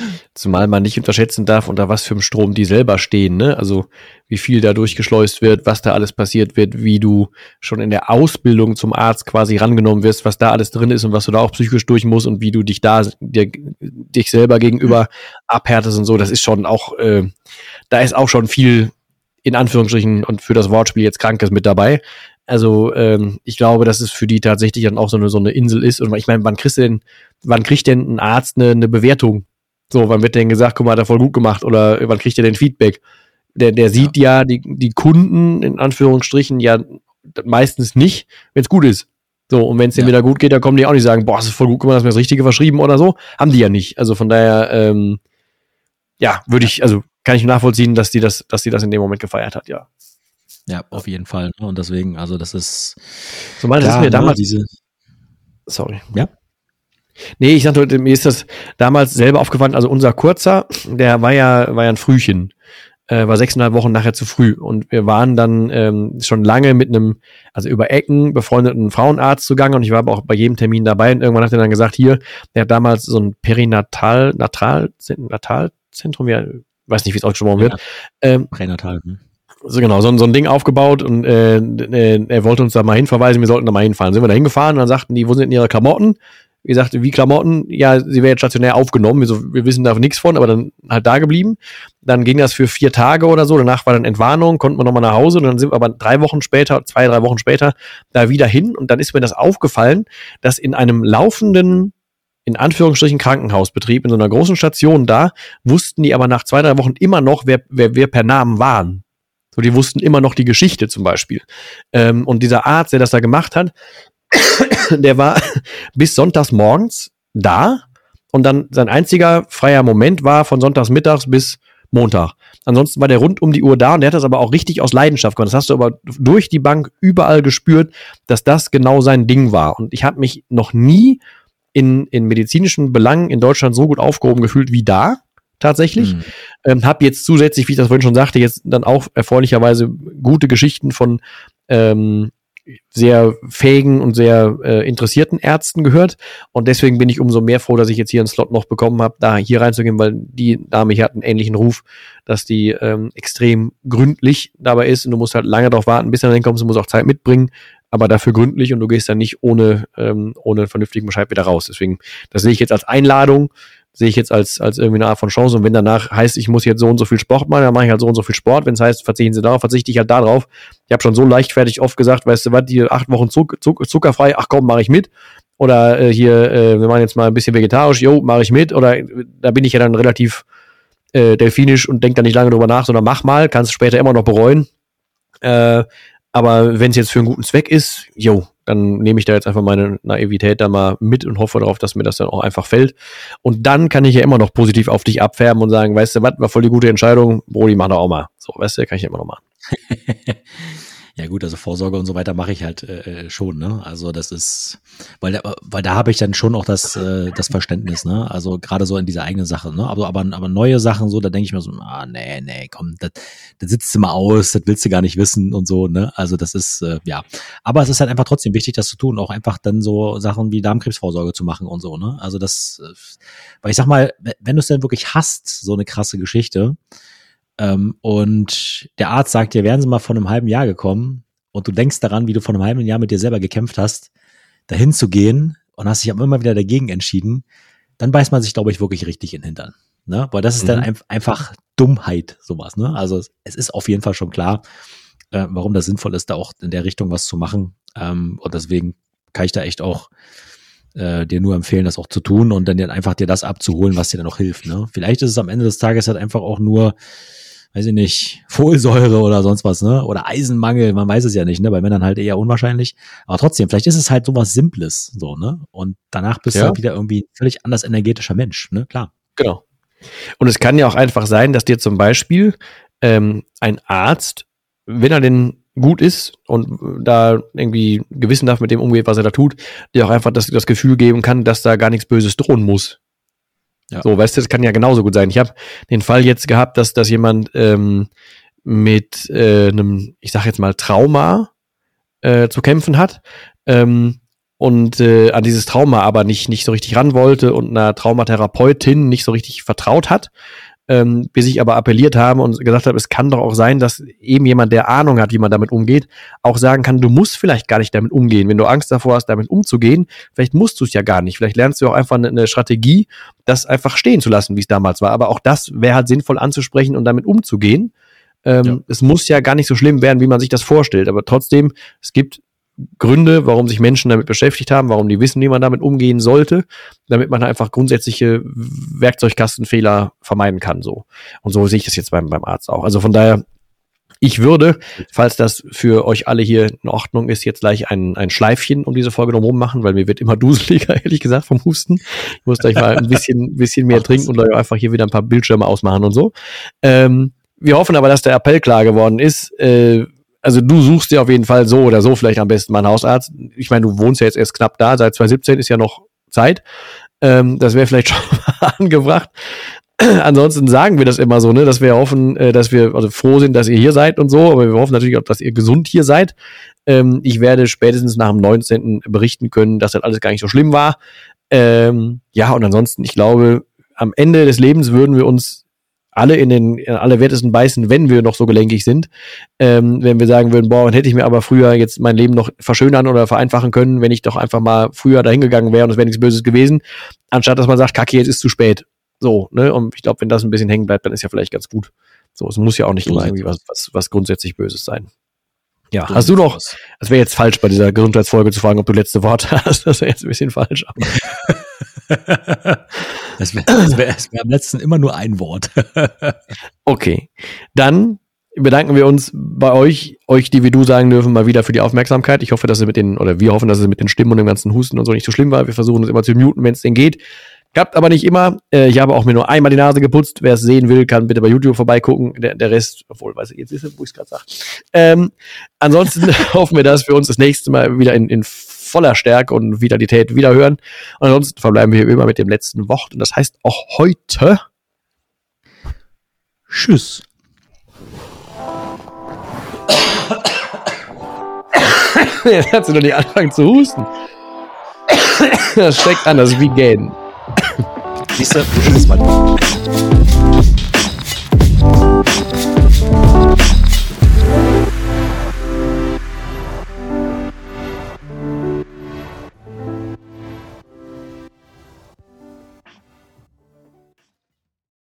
A: Zumal man nicht unterschätzen darf, unter was für einem Strom die selber stehen, ne? Also wie viel da durchgeschleust wird, was da alles passiert wird, wie du schon in der Ausbildung zum Arzt quasi rangenommen wirst, was da alles drin ist und was du da auch psychisch durch musst und wie du dich da dir, dich selber gegenüber mhm. abhärtest und so. Das ist schon auch, äh, da ist auch schon viel in Anführungsstrichen und für das Wortspiel jetzt Krankes mit dabei. Also ähm, ich glaube, dass es für die tatsächlich dann auch so eine so eine Insel ist. Und ich meine, wann kriegst du denn, wann kriegt denn ein Arzt eine, eine Bewertung? So, wann wird denn gesagt, guck mal, hat er voll gut gemacht, oder wann kriegt er denn Feedback? Der, der sieht ja, ja die, die Kunden, in Anführungsstrichen, ja meistens nicht, wenn es gut ist. So, und wenn es denen ja. wieder gut geht, dann kommen die auch nicht sagen, boah, es ist voll gut gemacht, hast mir das Richtige verschrieben oder so. Haben die ja nicht. Also von daher, ähm, ja, würde ich, also kann ich nachvollziehen, dass die das, dass die das in dem Moment gefeiert hat, ja.
B: Ja, auf jeden Fall. Und deswegen, also das ist.
A: So, mal, das ist mir damals.
B: Ne, diese
A: Sorry.
B: Ja.
A: Nee, ich sagte, mir ist das damals selber aufgefallen, also unser Kurzer, der war ja, war ja ein Frühchen. Äh, war sechseinhalb Wochen nachher zu früh. Und wir waren dann ähm, schon lange mit einem, also über Ecken befreundeten Frauenarzt zugange und ich war aber auch bei jedem Termin dabei und irgendwann hat er dann gesagt, hier, der hat damals so ein Perinatal, Natal, Natalzentrum, ja, weiß nicht, wie es ausgesprochen wird. Ähm,
B: Pränatal, hm.
A: So genau, so, so ein Ding aufgebaut und äh, äh, er wollte uns da mal hinverweisen, wir sollten da mal hinfahren. Sind wir da hingefahren und dann sagten die, wo sind denn ihre Klamotten? Wie gesagt, wie Klamotten? Ja, sie wäre jetzt stationär aufgenommen, wir, so, wir wissen da nichts von, aber dann halt da geblieben. Dann ging das für vier Tage oder so, danach war dann Entwarnung, konnten wir nochmal nach Hause und dann sind wir aber drei Wochen später, zwei, drei Wochen später da wieder hin und dann ist mir das aufgefallen, dass in einem laufenden, in Anführungsstrichen Krankenhausbetrieb, in so einer großen Station da, wussten die aber nach zwei, drei Wochen immer noch, wer, wer, wer per Namen waren. So, die wussten immer noch die Geschichte zum Beispiel. Ähm, und dieser Arzt, der das da gemacht hat, der war bis sonntags morgens da und dann sein einziger freier Moment war von sonntags mittags bis Montag. Ansonsten war der rund um die Uhr da und der hat das aber auch richtig aus Leidenschaft gemacht. Das hast du aber durch die Bank überall gespürt, dass das genau sein Ding war. Und ich habe mich noch nie in, in medizinischen Belangen in Deutschland so gut aufgehoben gefühlt wie da. Tatsächlich. Mhm. Ähm, habe jetzt zusätzlich, wie ich das vorhin schon sagte, jetzt dann auch erfreulicherweise gute Geschichten von ähm, sehr fähigen und sehr äh, interessierten Ärzten gehört und deswegen bin ich umso mehr froh, dass ich jetzt hier einen Slot noch bekommen habe, da hier reinzugehen, weil die Dame hier hat einen ähnlichen Ruf, dass die ähm, extrem gründlich dabei ist und du musst halt lange darauf warten, bis du dann hinkommst, du musst auch Zeit mitbringen, aber dafür gründlich und du gehst dann nicht ohne ähm, ohne vernünftigen Bescheid wieder raus. Deswegen, das sehe ich jetzt als Einladung, sehe ich jetzt als als irgendwie eine Art von Chance und wenn danach heißt, ich muss jetzt so und so viel Sport machen, dann mache ich halt so und so viel Sport. Wenn es heißt, verzichten Sie darauf, verzichte ich halt darauf. Ich habe schon so leichtfertig oft gesagt, weißt du was, die acht Wochen Zuck, Zuck, zuckerfrei, ach komm, mache ich mit. Oder äh, hier, äh, wir machen jetzt mal ein bisschen vegetarisch, jo, mache ich mit. Oder äh, da bin ich ja dann relativ äh, delfinisch und denke da nicht lange drüber nach, sondern mach mal, kannst später immer noch bereuen. Äh, aber wenn es jetzt für einen guten Zweck ist, jo, dann nehme ich da jetzt einfach meine Naivität da mal mit und hoffe darauf, dass mir das dann auch einfach fällt. Und dann kann ich ja immer noch positiv auf dich abfärben und sagen, weißt du was, war voll die gute Entscheidung, Brody, mach doch auch mal. So, weißt du, kann ich ja immer noch machen.
B: Ja gut, also Vorsorge und so weiter mache ich halt äh, schon, ne? Also das ist, weil da, weil da habe ich dann schon auch das äh, das Verständnis, ne? Also gerade so in dieser eigenen Sache, ne? Aber aber aber neue Sachen so, da denke ich mir so, ah nee, nee, komm, das das sitzt du mal aus, das willst du gar nicht wissen und so, ne? Also das ist äh, ja, aber es ist halt einfach trotzdem wichtig, das zu tun, auch einfach dann so Sachen wie Darmkrebsvorsorge zu machen und so, ne? Also das, äh, weil ich sag mal, wenn du es denn wirklich hast, so eine krasse Geschichte. Ähm, und der Arzt sagt dir, wären Sie mal vor einem halben Jahr gekommen und du denkst daran, wie du vor einem halben Jahr mit dir selber gekämpft hast, dahin zu gehen und hast dich aber immer wieder dagegen entschieden, dann beißt man sich, glaube ich, wirklich richtig in den Hintern. Ne? Weil das ist mhm. dann ein, einfach Dummheit, sowas. Ne? Also es ist auf jeden Fall schon klar, äh, warum das sinnvoll ist, da auch in der Richtung was zu machen. Ähm, und deswegen kann ich da echt auch äh, dir nur empfehlen, das auch zu tun und dann einfach dir das abzuholen, was dir dann auch hilft. Ne? Vielleicht ist es am Ende des Tages halt einfach auch nur, weiß ich nicht, Folsäure oder sonst was, ne? Oder Eisenmangel, man weiß es ja nicht, ne? Bei Männern halt eher unwahrscheinlich. Aber trotzdem, vielleicht ist es halt sowas Simples, so, ne? Und danach bist ja. du halt wieder irgendwie ein völlig anders energetischer Mensch, ne? Klar.
A: Genau. Und es kann ja auch einfach sein, dass dir zum Beispiel ähm, ein Arzt, wenn er denn gut ist und da irgendwie gewissenhaft mit dem umgeht, was er da tut, dir auch einfach das, das Gefühl geben kann, dass da gar nichts Böses drohen muss. Ja. So, weißt du, das kann ja genauso gut sein. Ich habe den Fall jetzt gehabt, dass, dass jemand ähm, mit äh, einem, ich sag jetzt mal, Trauma äh, zu kämpfen hat ähm, und äh, an dieses Trauma aber nicht, nicht so richtig ran wollte und einer Traumatherapeutin nicht so richtig vertraut hat, ähm, bis ich aber appelliert habe und gesagt habe, es kann doch auch sein, dass eben jemand, der Ahnung hat, wie man damit umgeht, auch sagen kann, du musst vielleicht gar nicht damit umgehen. Wenn du Angst davor hast, damit umzugehen, vielleicht musst du es ja gar nicht. Vielleicht lernst du auch einfach eine, eine Strategie, das einfach stehen zu lassen, wie es damals war. Aber auch das wäre halt sinnvoll anzusprechen und damit umzugehen. Ähm, ja. Es muss ja gar nicht so schlimm werden, wie man sich das vorstellt. Aber trotzdem, es gibt Gründe, warum sich Menschen damit beschäftigt haben, warum die wissen, wie man damit umgehen sollte, damit man einfach grundsätzliche Werkzeugkastenfehler vermeiden kann. So. Und so sehe ich das jetzt beim, beim Arzt auch. Also von daher, Ich würde, falls das für euch alle hier in Ordnung ist, jetzt gleich ein, ein Schleifchen um diese Folge drumherum machen, weil mir wird immer duseliger, ehrlich gesagt, vom Husten. Ich muss gleich mal ein bisschen, bisschen mehr trinken und euch einfach hier wieder ein paar Bildschirme ausmachen und so. Ähm, wir hoffen aber, dass der Appell klar geworden ist. Äh, also du suchst dir auf jeden Fall so oder so vielleicht am besten mal einen Hausarzt. Ich meine, du wohnst ja jetzt erst knapp da, seit zwanzig siebzehn ist ja noch Zeit. Ähm, das wäre vielleicht schon mal angebracht. Ansonsten sagen wir das immer so, ne, dass wir hoffen, äh, dass wir also froh sind, dass ihr hier seid und so, aber wir hoffen natürlich auch, dass ihr gesund hier seid. Ähm, ich werde spätestens nach dem neunzehnten berichten können, dass das alles gar nicht so schlimm war. Ähm, ja, und ansonsten, ich glaube, am Ende des Lebens würden wir uns alle in den in alle Wertesten beißen, wenn wir noch so gelenkig sind. Ähm, wenn wir sagen würden, boah, dann hätte ich mir aber früher jetzt mein Leben noch verschönern oder vereinfachen können, wenn ich doch einfach mal früher dahin gegangen wäre und es wäre nichts Böses gewesen, anstatt dass man sagt, kacke, jetzt ist zu spät. So, ne, und ich glaube, wenn das ein bisschen hängen bleibt, dann ist ja vielleicht ganz gut. So, es muss ja auch nicht so immer irgendwie was, was, was grundsätzlich Böses sein. Ja, so hast du noch, das wäre jetzt falsch bei dieser Gesundheitsfolge zu fragen, ob du letzte Worte hast, das wäre jetzt ein bisschen falsch.
B: Das wäre das wär, das wär am letzten immer nur ein Wort.
A: Okay, dann bedanken wir uns bei euch, euch, die wie du sagen dürfen, mal wieder für die Aufmerksamkeit. Ich hoffe, dass es mit den, oder wir hoffen, dass es mit den Stimmen und dem ganzen Husten und so nicht so schlimm war. Wir versuchen es immer zu muten, wenn es denn geht. Klappt aber nicht immer. Äh, ich habe auch mir nur einmal die Nase geputzt. Wer es sehen will, kann bitte bei YouTube vorbeigucken. Der, der Rest, obwohl, weiß ich, jetzt ist es, wo ich es gerade sage. Ähm, ansonsten hoffen wir, dass wir uns das nächste Mal wieder in, in voller Stärke und Vitalität wiederhören. Und ansonsten verbleiben wir hier immer mit dem letzten Wort. Und das heißt auch heute
B: Tschüss.
A: Jetzt hat sie noch nicht angefangen zu husten. Das steckt an, das ist wie Gähnen.
B: Siehst du, du bist mal.